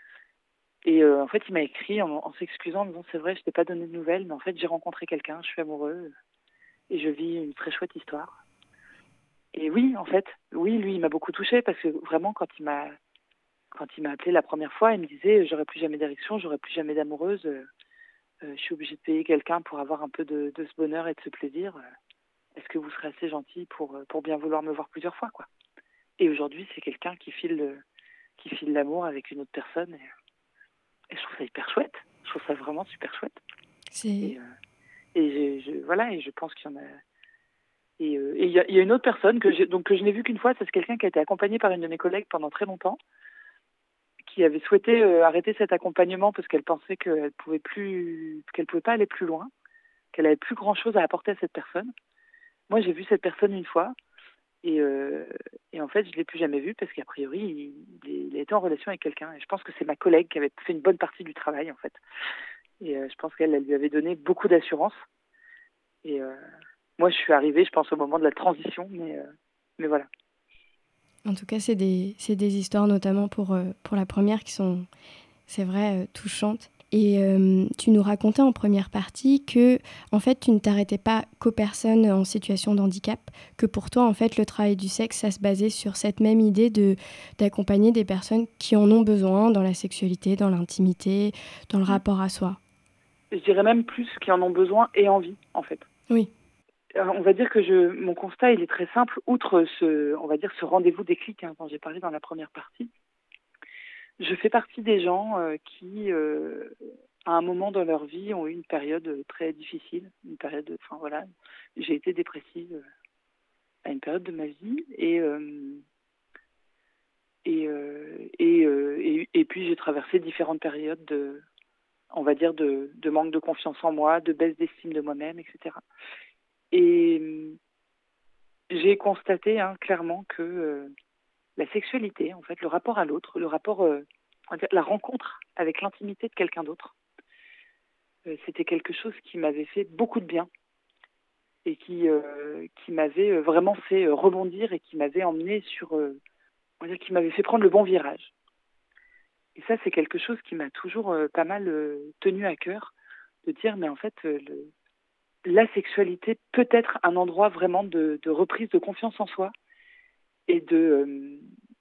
Et euh, en fait, il m'a écrit en, en s'excusant, en disant c'est vrai, je t'ai pas donné de nouvelles, mais en fait, j'ai rencontré quelqu'un, je suis amoureux et je vis une très chouette histoire. Et oui, en fait, oui, lui, il m'a beaucoup touchée parce que vraiment, quand il m'a Quand il m'a appelé la première fois, il me disait j'aurai plus jamais d'érection, j'aurai plus jamais d'amoureuse, euh, euh, je suis obligée de payer quelqu'un pour avoir un peu de, de ce bonheur et de ce plaisir. Est-ce que vous serez assez gentil pour, pour bien vouloir me voir plusieurs fois, quoi. Et aujourd'hui, c'est quelqu'un qui file, qui file l'amour avec une autre personne. Et, et je trouve ça hyper chouette. Je trouve ça vraiment super chouette. C'est... Et, euh, et je, je, voilà, et je pense qu'il y en a, Et euh, et il y, a- il y a une autre personne que, j'ai, donc, que je n'ai vue qu'une fois, c'est quelqu'un qui a été accompagné par une de mes collègues pendant très longtemps, qui avait souhaité euh, arrêter cet accompagnement parce qu'elle pensait qu'elle pouvait plus, qu'elle pouvait pas aller plus loin, qu'elle avait plus grand chose à apporter à cette personne. Moi, j'ai vu cette personne une fois et, euh, et en fait, je l'ai plus jamais vu parce qu'a priori, il, il, il a été en relation avec quelqu'un. Et je pense que c'est ma collègue qui avait fait une bonne partie du travail en fait. Et euh, je pense qu'elle elle lui avait donné beaucoup d'assurance. Et euh, moi, je suis arrivée, je pense, au moment de la transition, mais euh, mais voilà. En tout cas, c'est des, c'est des histoires, notamment pour, euh, pour la première, qui sont, c'est vrai, euh, touchantes. Et euh, tu nous racontais en première partie que, en fait, tu ne t'arrêtais pas qu'aux personnes en situation de handicap, que pour toi, en fait, le travail du sexe, ça se basait sur cette même idée de, d'accompagner des personnes qui en ont besoin dans la sexualité, dans l'intimité, dans le rapport à soi. Je dirais même plus qui en ont besoin et envie, en fait. Oui. Alors, on va dire que je, mon constat, il est très simple. Outre ce, on va dire, ce rendez-vous déclic hein, dont j'ai parlé dans la première partie, je fais partie des gens euh, qui, euh, à un moment dans leur vie, ont eu une période très difficile, une période, enfin voilà, j'ai été dépressive euh, à une période de ma vie et euh, et, euh, et, euh, et et puis j'ai traversé différentes périodes de, on va dire, de, de manque de confiance en moi, de baisse d'estime de moi-même, et cetera. Et euh, j'ai constaté hein, clairement que euh, la sexualité, en fait, le rapport à l'autre, le rapport, euh, on va dire, la rencontre avec l'intimité de quelqu'un d'autre, euh, c'était quelque chose qui m'avait fait beaucoup de bien et qui, euh, qui m'avait vraiment fait rebondir et qui m'avait emmené sur, euh, on va dire, qui m'avait fait prendre le bon virage. Et ça, c'est quelque chose qui m'a toujours euh, pas mal euh, tenu à cœur, de dire, mais en fait, euh, le, la sexualité peut être un endroit vraiment de, de reprise de confiance en soi et de, euh,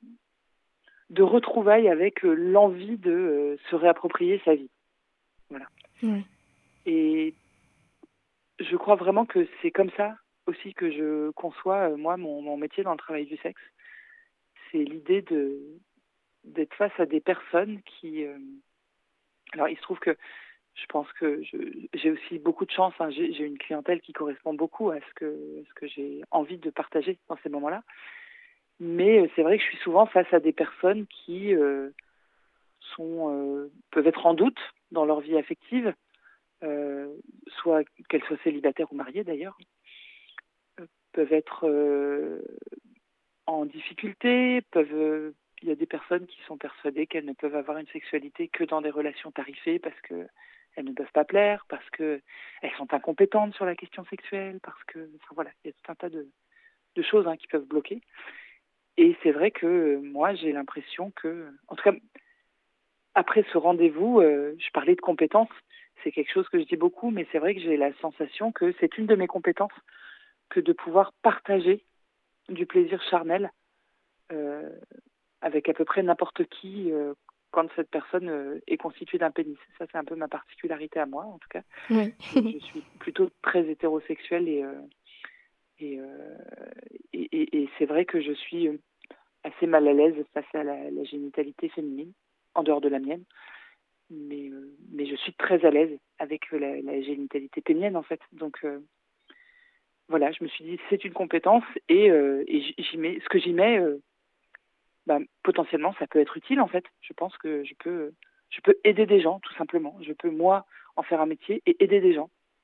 de retrouvailles avec euh, l'envie de euh, se réapproprier sa vie. Voilà. Oui. Et je crois vraiment que c'est comme ça aussi que je conçois, euh, moi, mon, mon métier dans le travail du sexe. C'est l'idée de d'être face à des personnes qui... Euh... Alors, il se trouve que je pense que je, j'ai aussi beaucoup de chance. Hein. J'ai, j'ai une clientèle qui correspond beaucoup à ce que, ce que j'ai envie de partager dans ces moments-là. Mais euh, c'est vrai que je suis souvent face à des personnes qui euh, sont, euh, peuvent être en doute dans leur vie affective, euh, soit qu'elles soient célibataires ou mariées d'ailleurs, euh, peuvent être euh, en difficulté, peuvent... euh, il y a des personnes qui sont persuadées qu'elles ne peuvent avoir une sexualité que dans des relations tarifées parce que elles ne peuvent pas plaire, parce que elles sont incompétentes sur la question sexuelle, parce que, enfin voilà, il y a tout un tas de, de choses hein, qui peuvent bloquer. Et c'est vrai que euh, moi, j'ai l'impression que, en tout cas, après ce rendez-vous, euh, je parlais de compétences, c'est quelque chose que je dis beaucoup, mais c'est vrai que j'ai la sensation que c'est une de mes compétences que de pouvoir partager du plaisir charnel euh, avec à peu près n'importe qui euh, quand cette personne euh, est constituée d'un pénis. Ça, c'est un peu ma particularité à moi, en tout cas. Oui. je, je suis plutôt très hétérosexuelle et, euh, et, euh, et, et, et c'est vrai que je suis assez mal à l'aise face à la, la génitalité féminine, en dehors de la mienne. Mais, euh, mais je suis très à l'aise avec la, la génitalité pénienne, en fait. Donc, euh, voilà, je me suis dit, c'est une compétence et, euh, et j'y mets, ce que j'y mets, euh, bah, potentiellement, ça peut être utile, en fait. Je pense que je peux, je peux aider des gens, tout simplement. Je peux, moi, en faire un métier et aider des gens.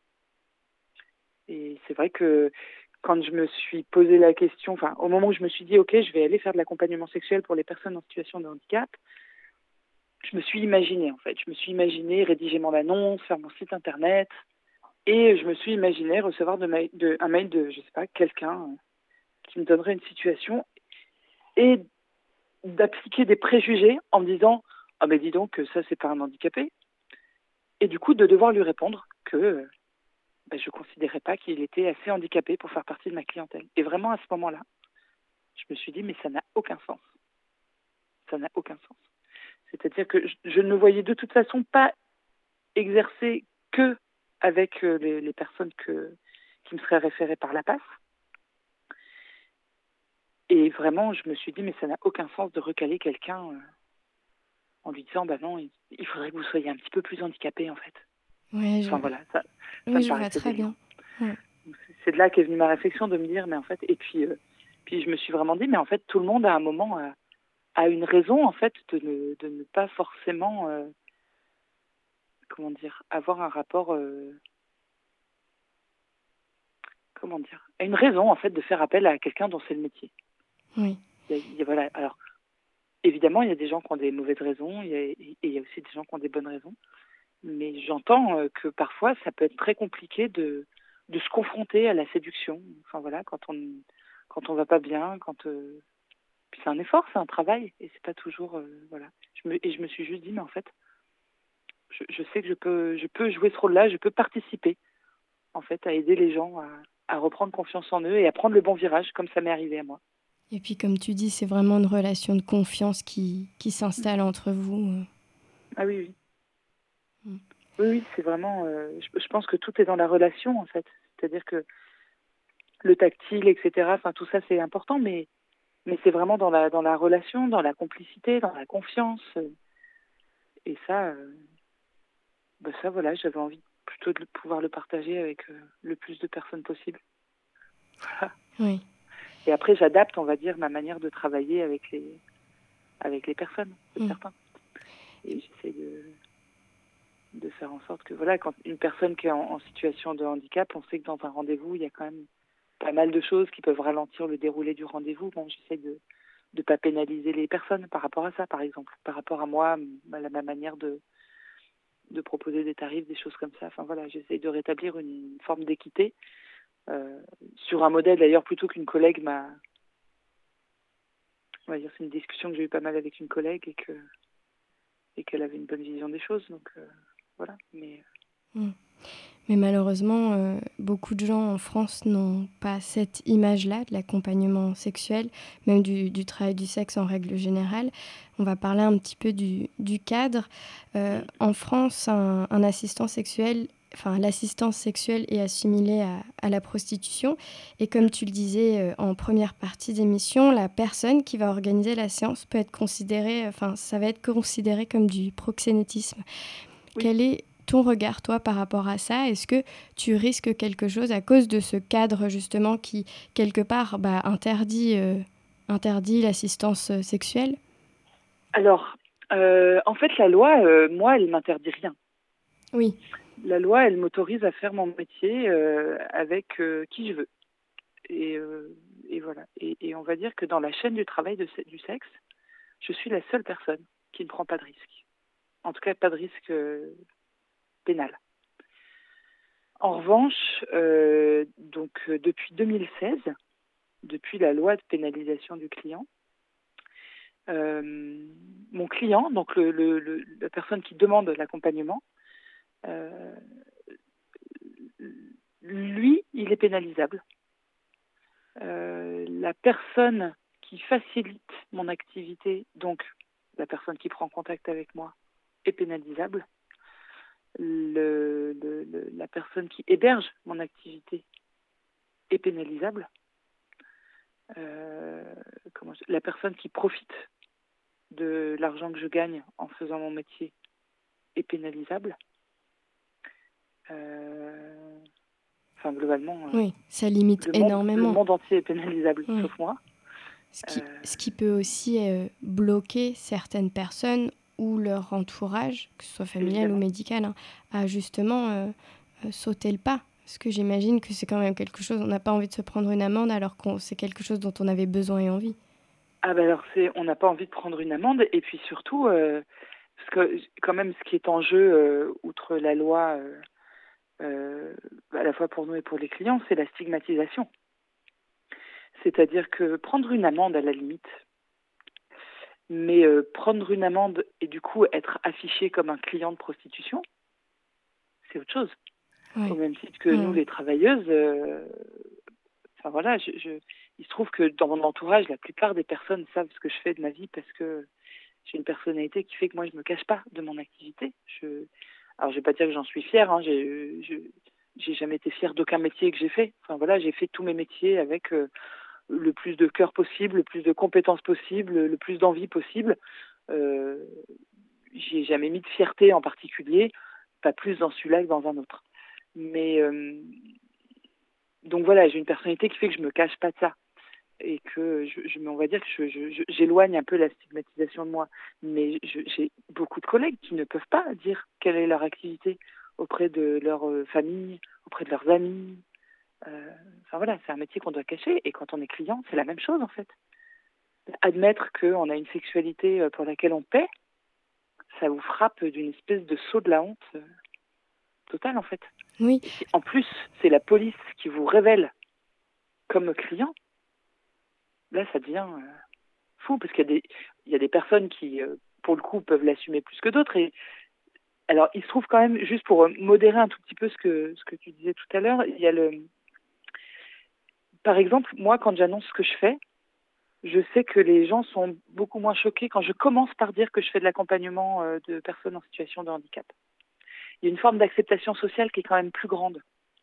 Et c'est vrai que quand je me suis posé la question, enfin, au moment où je me suis dit, OK, je vais aller faire de l'accompagnement sexuel pour les personnes en situation de handicap, je me suis imaginée, en fait. Je me suis imaginée rédiger mon annonce, faire mon site internet, et je me suis imaginée recevoir de ma- de, un mail de, je sais pas, quelqu'un euh, qui me donnerait une situation et d'appliquer des préjugés en me disant, ah ben dis donc, que ça, c'est pas un handicapé. Et du coup, de devoir lui répondre que euh, ben, je considérais pas qu'il était assez handicapé pour faire partie de ma clientèle. Et vraiment, à ce moment-là, je me suis dit, mais ça n'a aucun sens. Ça n'a aucun sens. C'est-à-dire que je, je ne me voyais de toute façon pas exercer que avec euh, les, les personnes que, qui me seraient référées par la passe. Et vraiment, je me suis dit, mais ça n'a aucun sens de recaler quelqu'un euh, en lui disant, bah non, il, il faudrait que vous soyez un petit peu plus handicapé, en fait. Ouais, je... Enfin voilà, ça, ça Oui, me je vois paraissait très délirant. bien. Ouais. c'est de là qu'est venue ma réflexion de me dire, mais en fait, et puis, euh, puis je me suis vraiment dit, mais en fait, tout le monde à un moment a, a une raison, en fait, de ne, de ne pas forcément, euh, comment dire, avoir un rapport, euh, comment dire, a une raison, en fait, de faire appel à quelqu'un dont c'est le métier. Oui. Il y a, il y a, voilà, alors, évidemment, il y a des gens qui ont des mauvaises raisons, il y a, et il y a aussi des gens qui ont des bonnes raisons. Mais j'entends euh, que parfois, ça peut être très compliqué de, de se confronter à la séduction. Enfin voilà, quand on quand on va pas bien, quand euh... puis c'est un effort, c'est un travail, et c'est pas toujours euh, voilà. Je me, et je me suis juste dit, mais en fait, je, je sais que je peux je peux jouer ce rôle-là, je peux participer en fait à aider les gens à, à reprendre confiance en eux et à prendre le bon virage, comme ça m'est arrivé à moi. Et puis comme tu dis, c'est vraiment une relation de confiance qui, qui s'installe entre vous. Ah oui, oui. Mm. Oui, oui, c'est vraiment. Euh, je, je pense que tout est dans la relation, en fait. C'est-à-dire que le tactile, et cetera. Enfin, tout ça, c'est important, mais mais c'est vraiment dans la dans la relation, dans la complicité, dans la confiance. euh, Et ça, euh, bah ça, voilà, j'avais envie plutôt de le- pouvoir le partager avec euh, le plus de personnes possible. Voilà. Oui. Et après, j'adapte, on va dire, ma manière de travailler avec les avec les personnes, c'est Mm. certain. Et j'essaie de de faire en sorte que voilà, quand une personne qui est en, en situation de handicap, on sait que dans un rendez-vous, il y a quand même pas mal de choses qui peuvent ralentir le déroulé du rendez-vous. Bon, j'essaie de ne pas pénaliser les personnes par rapport à ça, par exemple, par rapport à moi, à ma manière de, de proposer des tarifs, des choses comme ça. Enfin voilà, j'essaie de rétablir une forme d'équité euh, sur un modèle d'ailleurs plutôt qu'une collègue m'a. On va dire c'est une discussion que j'ai eu pas mal avec une collègue et que et qu'elle avait une bonne vision des choses. Donc euh, voilà, mais. Mm. Mais malheureusement, euh, beaucoup de gens en France n'ont pas cette image-là de l'accompagnement sexuel, même du, du travail du sexe en règle générale. On va parler un petit peu du, du cadre. Euh, en France, un, un assistant sexuel, enfin l'assistance sexuelle est assimilée à, à la prostitution. Et comme tu le disais euh, en première partie d'émission, la personne qui va organiser la séance peut être considérée, enfin ça va être considéré comme du proxénétisme. Oui. Quel est ton regard, toi, par rapport à ça? Est-ce que tu risques quelque chose à cause de ce cadre, justement, qui, quelque part, bah, interdit, euh, interdit l'assistance euh, sexuelle? Alors, euh, en fait, la loi, euh, moi, elle m'interdit rien. Oui. La loi, elle m'autorise à faire mon métier euh, avec euh, qui je veux. Et, euh, et voilà. Et, et on va dire que dans la chaîne du travail de, du sexe, je suis la seule personne qui ne prend pas de risque. En tout cas, pas de risque euh, pénal. En revanche, euh, donc euh, depuis deux mille seize, depuis la loi de pénalisation du client, euh, mon client, donc le, le, le, la personne qui demande l'accompagnement, euh, lui, il est pénalisable. Euh, la personne qui facilite mon activité, donc la personne qui prend contact avec moi, est pénalisable. Le, le, le, la personne qui héberge mon activité est pénalisable. Euh, comment, la personne qui profite de l'argent que je gagne en faisant mon métier est pénalisable. Euh, enfin, globalement, Oui, ça limite le monde, le énormément. monde entier est pénalisable, Oui. sauf moi. Ce qui, Euh, ce qui peut aussi euh, bloquer certaines personnes ou leur entourage, que ce soit familial évidemment. ou médical, hein, à justement euh, euh, sauter le pas. Parce que j'imagine que c'est quand même quelque chose, on n'a pas envie de se prendre une amende alors que c'est quelque chose dont on avait besoin et envie. Ah ben alors, c'est, on n'a pas envie de prendre une amende, et puis surtout, euh, parce que quand même, ce qui est en jeu, euh, outre la loi, euh, euh, à la fois pour nous et pour les clients, c'est la stigmatisation. C'est-à-dire que prendre une amende, à la limite, mais euh, prendre une amende et du coup être affiché comme un client de prostitution, c'est autre chose. Ouais. Au même titre que Ouais. nous, les travailleuses, euh, enfin voilà, je, je, il se trouve que dans mon entourage, la plupart des personnes savent ce que je fais de ma vie parce que j'ai une personnalité qui fait que moi, je me cache pas de mon activité. Je, alors, je vais pas dire que j'en suis fière. Hein, j'ai, je, j'ai jamais été fière d'aucun métier que j'ai fait. Enfin voilà, j'ai fait tous mes métiers avec euh, le plus de cœur possible, le plus de compétences possible, le plus d'envie possible. Euh, j'y ai jamais mis de fierté en particulier, pas plus dans celui-là que dans un autre. Mais euh, donc voilà, j'ai une personnalité qui fait que je me cache pas de ça et que je, je on va dire que je, je, je, j'éloigne un peu la stigmatisation de moi. Mais je, j'ai beaucoup de collègues qui ne peuvent pas dire quelle est leur activité auprès de leur euh, famille, auprès de leurs amis. Euh, enfin voilà, c'est un métier qu'on doit cacher et quand on est client, c'est la même chose en fait. Admettre qu'on a une sexualité pour laquelle on paie, ça vous frappe d'une espèce de saut de la honte euh, totale en fait. Oui. Et si en plus c'est la police qui vous révèle comme client, là ça devient euh, fou parce qu'il y a des, il y a des personnes qui, euh, pour le coup, peuvent l'assumer plus que d'autres. Et alors il se trouve quand même, juste pour modérer un tout petit peu ce que, ce que tu disais tout à l'heure, il y a le... Par exemple, moi quand j'annonce ce que je fais, je sais que les gens sont beaucoup moins choqués quand je commence par dire que je fais de l'accompagnement euh, de personnes en situation de handicap. Il y a une forme d'acceptation sociale qui est quand même plus grande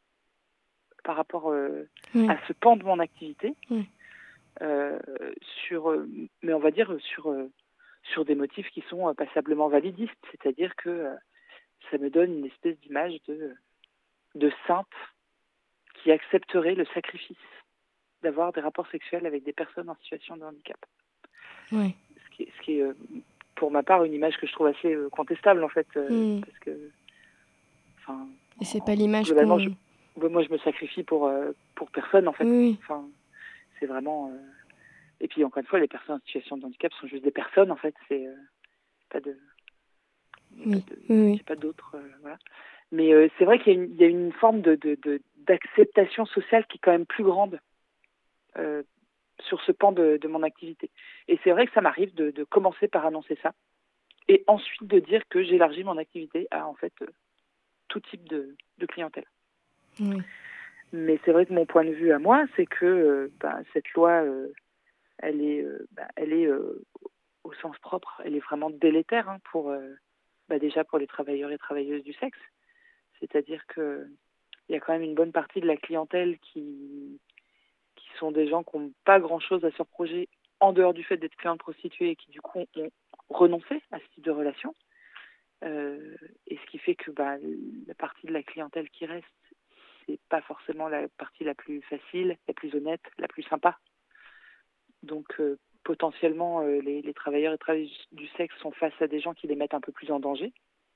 par rapport euh, Oui. à ce pan de mon activité, Oui. euh, sur, euh, mais on va dire sur, euh, sur des motifs qui sont euh, passablement validistes, c'est-à-dire que euh, ça me donne une espèce d'image de, de sainte qui accepterait le sacrifice d'avoir des rapports sexuels avec des personnes en situation de handicap. Oui. Ce qui est, ce qui est euh, pour ma part, une image que je trouve assez euh, contestable, en fait, euh, Mm. parce que, enfin, Et c'est pas l'image globalement, qu'on... je, moi, je me sacrifie pour, euh, pour personne, en fait. Oui. Enfin, c'est vraiment... Euh... Et puis, encore une fois, les personnes en situation de handicap sont juste des personnes, en fait. C'est euh, pas de... Il n'y a Oui. pas de... Oui. Oui. pas d'autres... Euh, voilà. Mais euh, c'est vrai qu'il y a une, il y a une forme de, de, de, d'acceptation sociale qui est quand même plus grande euh, sur ce pan de, de mon activité. Et c'est vrai que ça m'arrive de, de commencer par annoncer ça, et ensuite de dire que j'élargis mon activité à, en fait, euh, tout type de, de clientèle. Oui. Mais c'est vrai que mon point de vue à moi, c'est que euh, bah, cette loi, euh, elle est, euh, bah, elle est euh, au sens propre, elle est vraiment délétère hein, pour, euh, bah, déjà pour les travailleurs et travailleuses du sexe. C'est-à-dire que il y a quand même une bonne partie de la clientèle qui, qui sont des gens qui n'ont pas grand-chose à se reprocher en dehors du fait d'être clients de prostituées et qui du coup ont renoncé à ce type de relation. Euh, et ce qui fait que bah, la partie de la clientèle qui reste, c'est pas forcément la partie la plus facile, la plus honnête, la plus sympa. Donc euh, potentiellement, euh, les, les travailleurs et travailleuses du sexe sont face à des gens qui les mettent un peu plus en danger.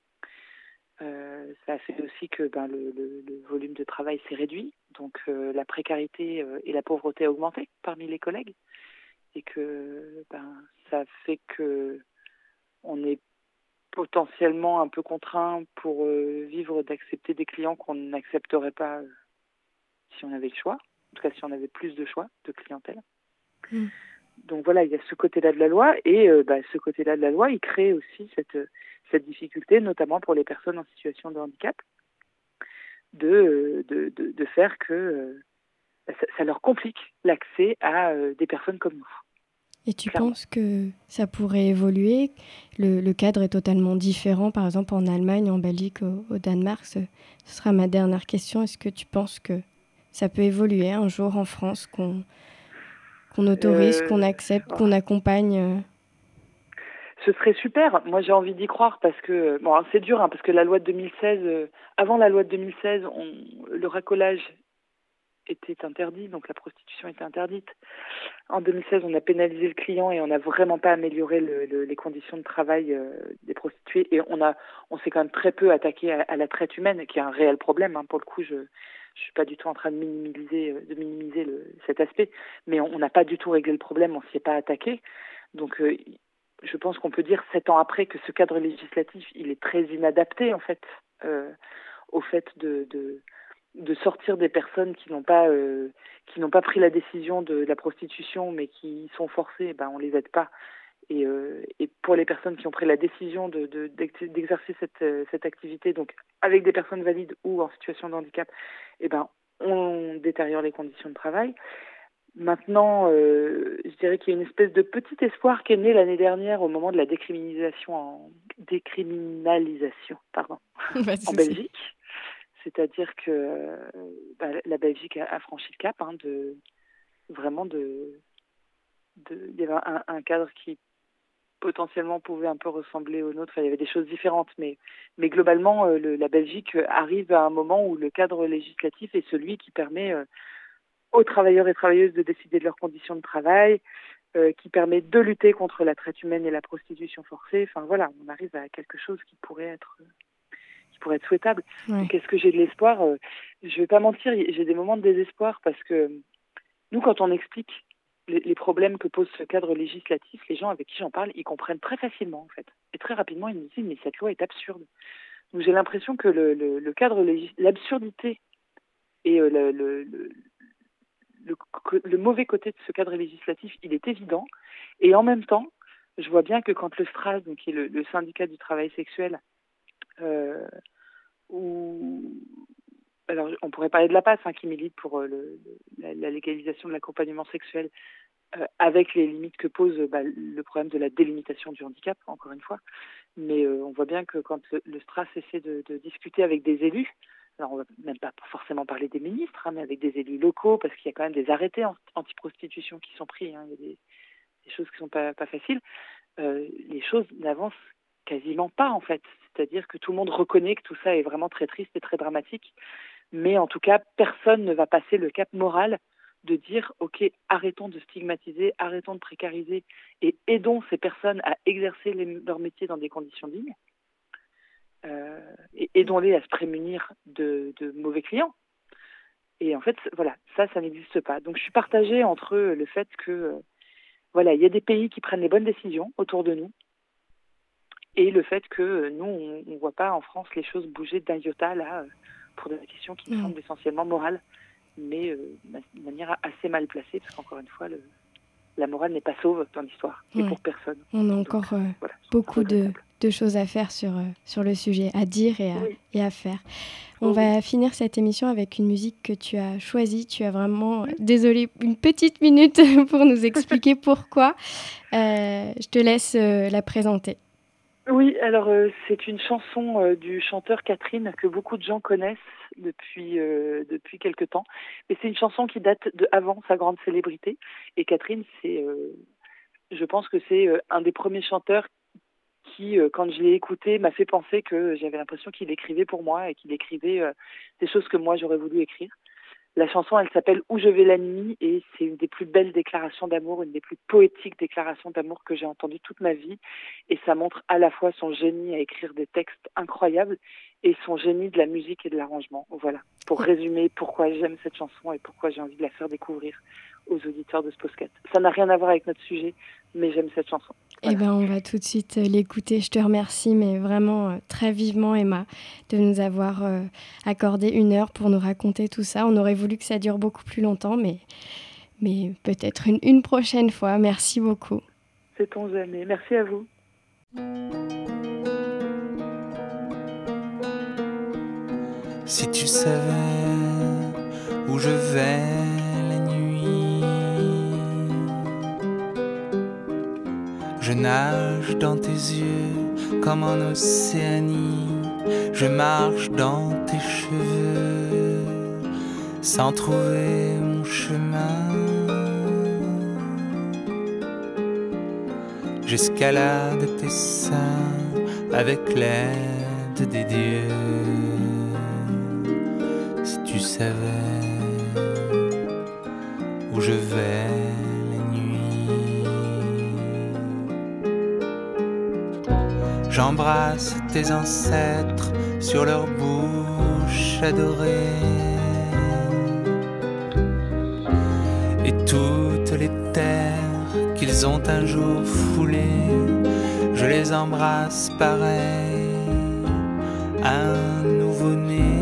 Euh, ça fait aussi que ben, le, le, le volume de travail s'est réduit, donc euh, la précarité euh, et la pauvreté a augmenté parmi les collègues, et que ben, ça fait que on est potentiellement un peu contraint pour euh, vivre d'accepter des clients qu'on n'accepterait pas euh, si on avait le choix, en tout cas si on avait plus de choix de clientèle. Mm. Donc voilà, il y a ce côté-là de la loi, et euh, bah, ce côté-là de la loi, il crée aussi cette, cette difficulté, notamment pour les personnes en situation de handicap, de, de, de, de faire que euh, ça, ça leur complique l'accès à euh, des personnes comme nous. Et tu Clairement. penses que ça pourrait évoluer? Le, le cadre est totalement différent, par exemple en Allemagne, en Belgique, au, au Danemark. Ce, ce sera ma dernière question. Est-ce que tu penses que ça peut évoluer un jour en France, qu'on qu'on autorise, Euh, qu'on accepte, oh. qu'on accompagne euh... Ce serait super. Moi, j'ai envie d'y croire parce que, bon, c'est dur, hein, parce que la loi de deux mille seize, euh, avant la loi de deux mille seize, on, le racolage était interdit, donc la prostitution était interdite. En deux mille seize, on a pénalisé le client et on n'a vraiment pas amélioré le, le, les conditions de travail euh, des prostituées. Et on a, on s'est quand même très peu attaqué à, à la traite humaine, qui est un réel problème. Hein. Pour le coup, je je suis pas du tout en train de minimiser, de minimiser le, cet aspect, mais on n'a pas du tout réglé le problème, on s'y est pas attaqué. Donc, euh, je pense qu'on peut dire sept ans après que ce cadre législatif, il est très inadapté en fait euh, au fait de, de de sortir des personnes qui n'ont pas euh, qui n'ont pas pris la décision de la prostitution mais qui sont forcées, ben on les aide pas. Et, euh, et pour les personnes qui ont pris la décision de, de d'exercer cette cette activité, donc avec des personnes valides ou en situation de handicap, et ben on détériore les conditions de travail. Maintenant, euh, je dirais qu'il y a une espèce de petit espoir qui est né l'année dernière au moment de la décriminalisation en décriminalisation, pardon, en Belgique. C'est-à-dire que euh, bah, la Belgique a, a franchi le cap hein, de vraiment de, de il y avait un, un cadre qui potentiellement pouvait un peu ressembler au nôtre. Enfin, il y avait des choses différentes, mais mais globalement, euh, le, la Belgique arrive à un moment où le cadre législatif est celui qui permet euh, aux travailleurs et travailleuses de décider de leurs conditions de travail, euh, qui permet de lutter contre la traite humaine et la prostitution forcée. Enfin voilà, on arrive à quelque chose qui pourrait être, qui pourrait être souhaitable. Ouais. Donc, est-ce que j'ai de l'espoir ? euh, Je ne vais pas mentir, j'ai des moments de désespoir parce que nous, quand on explique les, les problèmes que pose ce cadre législatif, les gens avec qui j'en parle, ils comprennent très facilement en fait. Et très rapidement, ils me disent « mais cette loi est absurde ». Donc j'ai l'impression que le, le, le cadre légis- l'absurdité et euh, le, le, le Le, le mauvais côté de ce cadre législatif, il est évident. Et en même temps, je vois bien que quand le STRAS, donc qui est le, le syndicat du travail sexuel, euh, ou alors on pourrait parler de la P A S, hein, qui milite pour euh, le, la, la légalisation de l'accompagnement sexuel, euh, avec les limites que pose bah, le problème de la délimitation du handicap, encore une fois. Mais euh, on voit bien que quand le, le STRAS essaie de, de discuter avec des élus, alors on ne va même pas forcément parler des ministres, hein, mais avec des élus locaux, parce qu'il y a quand même des arrêtés anti-prostitution qui sont pris, hein, il y a des, des choses qui ne sont pas, pas faciles, euh, les choses n'avancent quasiment pas en fait. C'est-à-dire que tout le monde reconnaît que tout ça est vraiment très triste et très dramatique, mais en tout cas, personne ne va passer le cap moral de dire « ok, arrêtons de stigmatiser, arrêtons de précariser et aidons ces personnes à exercer les, leur métier dans des conditions dignes ». Euh, et aidons-les à se prémunir de, de mauvais clients. Et en fait, voilà, ça, ça n'existe pas. Donc, je suis partagée entre le fait que, euh, voilà, il y a des pays qui prennent les bonnes décisions autour de nous, et le fait que euh, nous, on ne voit pas en France les choses bouger d'un iota là, euh, pour des questions qui me mmh. semblent essentiellement morales, mais euh, de manière assez mal placée, parce qu'encore une fois, le, la morale n'est pas sauve dans l'histoire, et ouais. pour personne. On a encore Donc, euh, voilà, beaucoup de, de choses à faire sur, euh, sur le sujet, à dire et à, oui. et à faire. On oui. va finir cette émission avec une musique que tu as choisie. Tu as vraiment, oui. désolée, une petite minute pour nous expliquer pourquoi. Euh, je te laisse euh, la présenter. Oui, alors euh, c'est une chanson euh, du chanteur Catherine que beaucoup de gens connaissent depuis euh, depuis quelque temps. Mais c'est une chanson qui date de avant sa grande célébrité. Et Catherine, c'est, euh, je pense que c'est euh, un des premiers chanteurs qui, euh, quand je l'ai écouté, m'a fait penser que j'avais l'impression qu'il écrivait pour moi et qu'il écrivait euh, des choses que moi j'aurais voulu écrire. La chanson, elle s'appelle « Où je vais la nuit » et c'est une des plus belles déclarations d'amour, une des plus poétiques déclarations d'amour que j'ai entendues toute ma vie. Et ça montre à la fois son génie à écrire des textes incroyables et son génie de la musique et de l'arrangement. Voilà, pour résumer pourquoi j'aime cette chanson et pourquoi j'ai envie de la faire découvrir aux auditeurs de ce podcast. Ça n'a rien à voir avec notre sujet, mais j'aime cette chanson. Voilà. Eh ben, on va tout de suite l'écouter. Je te remercie, mais vraiment euh, très vivement, Emma, de nous avoir euh, accordé une heure pour nous raconter tout ça. On aurait voulu que ça dure beaucoup plus longtemps, mais, mais peut-être une, une prochaine fois. Merci beaucoup. Sait-on jamais. Merci à vous. Si tu savais où je vais la nuit, je nage dans tes yeux comme en Océanie. Je marche dans tes cheveux sans trouver mon chemin. J'escalade tes seins avec l'aide des dieux. Si tu savais où je vais la nuit, j'embrasse tes ancêtres sur leur bouche adorée, et toutes les terres qu'ils ont un jour foulées, je les embrasse pareil à un nouveau-né.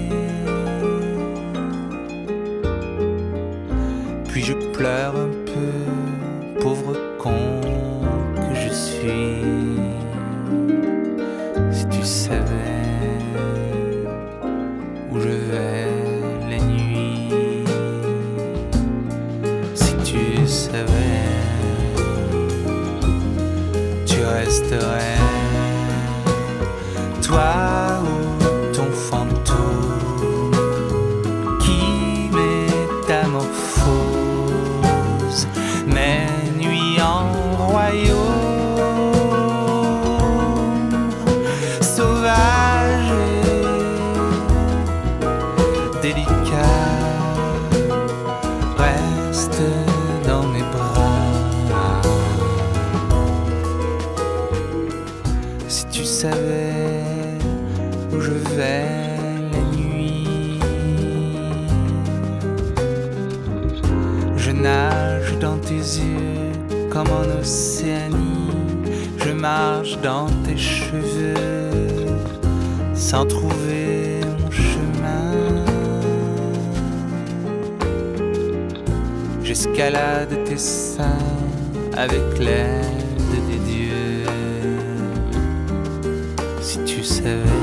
Puis je pleure un peu, pauvre con que je suis. Si tu savais où je vais la nuit, si tu savais, tu resterais, toi ou ton fantôme qui métamorphose mes nuits en royaume sauvage et délicat, tu savais où je vais la nuit. Je nage dans tes yeux comme en Océanie. Je marche dans tes cheveux sans trouver mon chemin. J'escalade tes seins avec l'aide des dieux. Si tu savais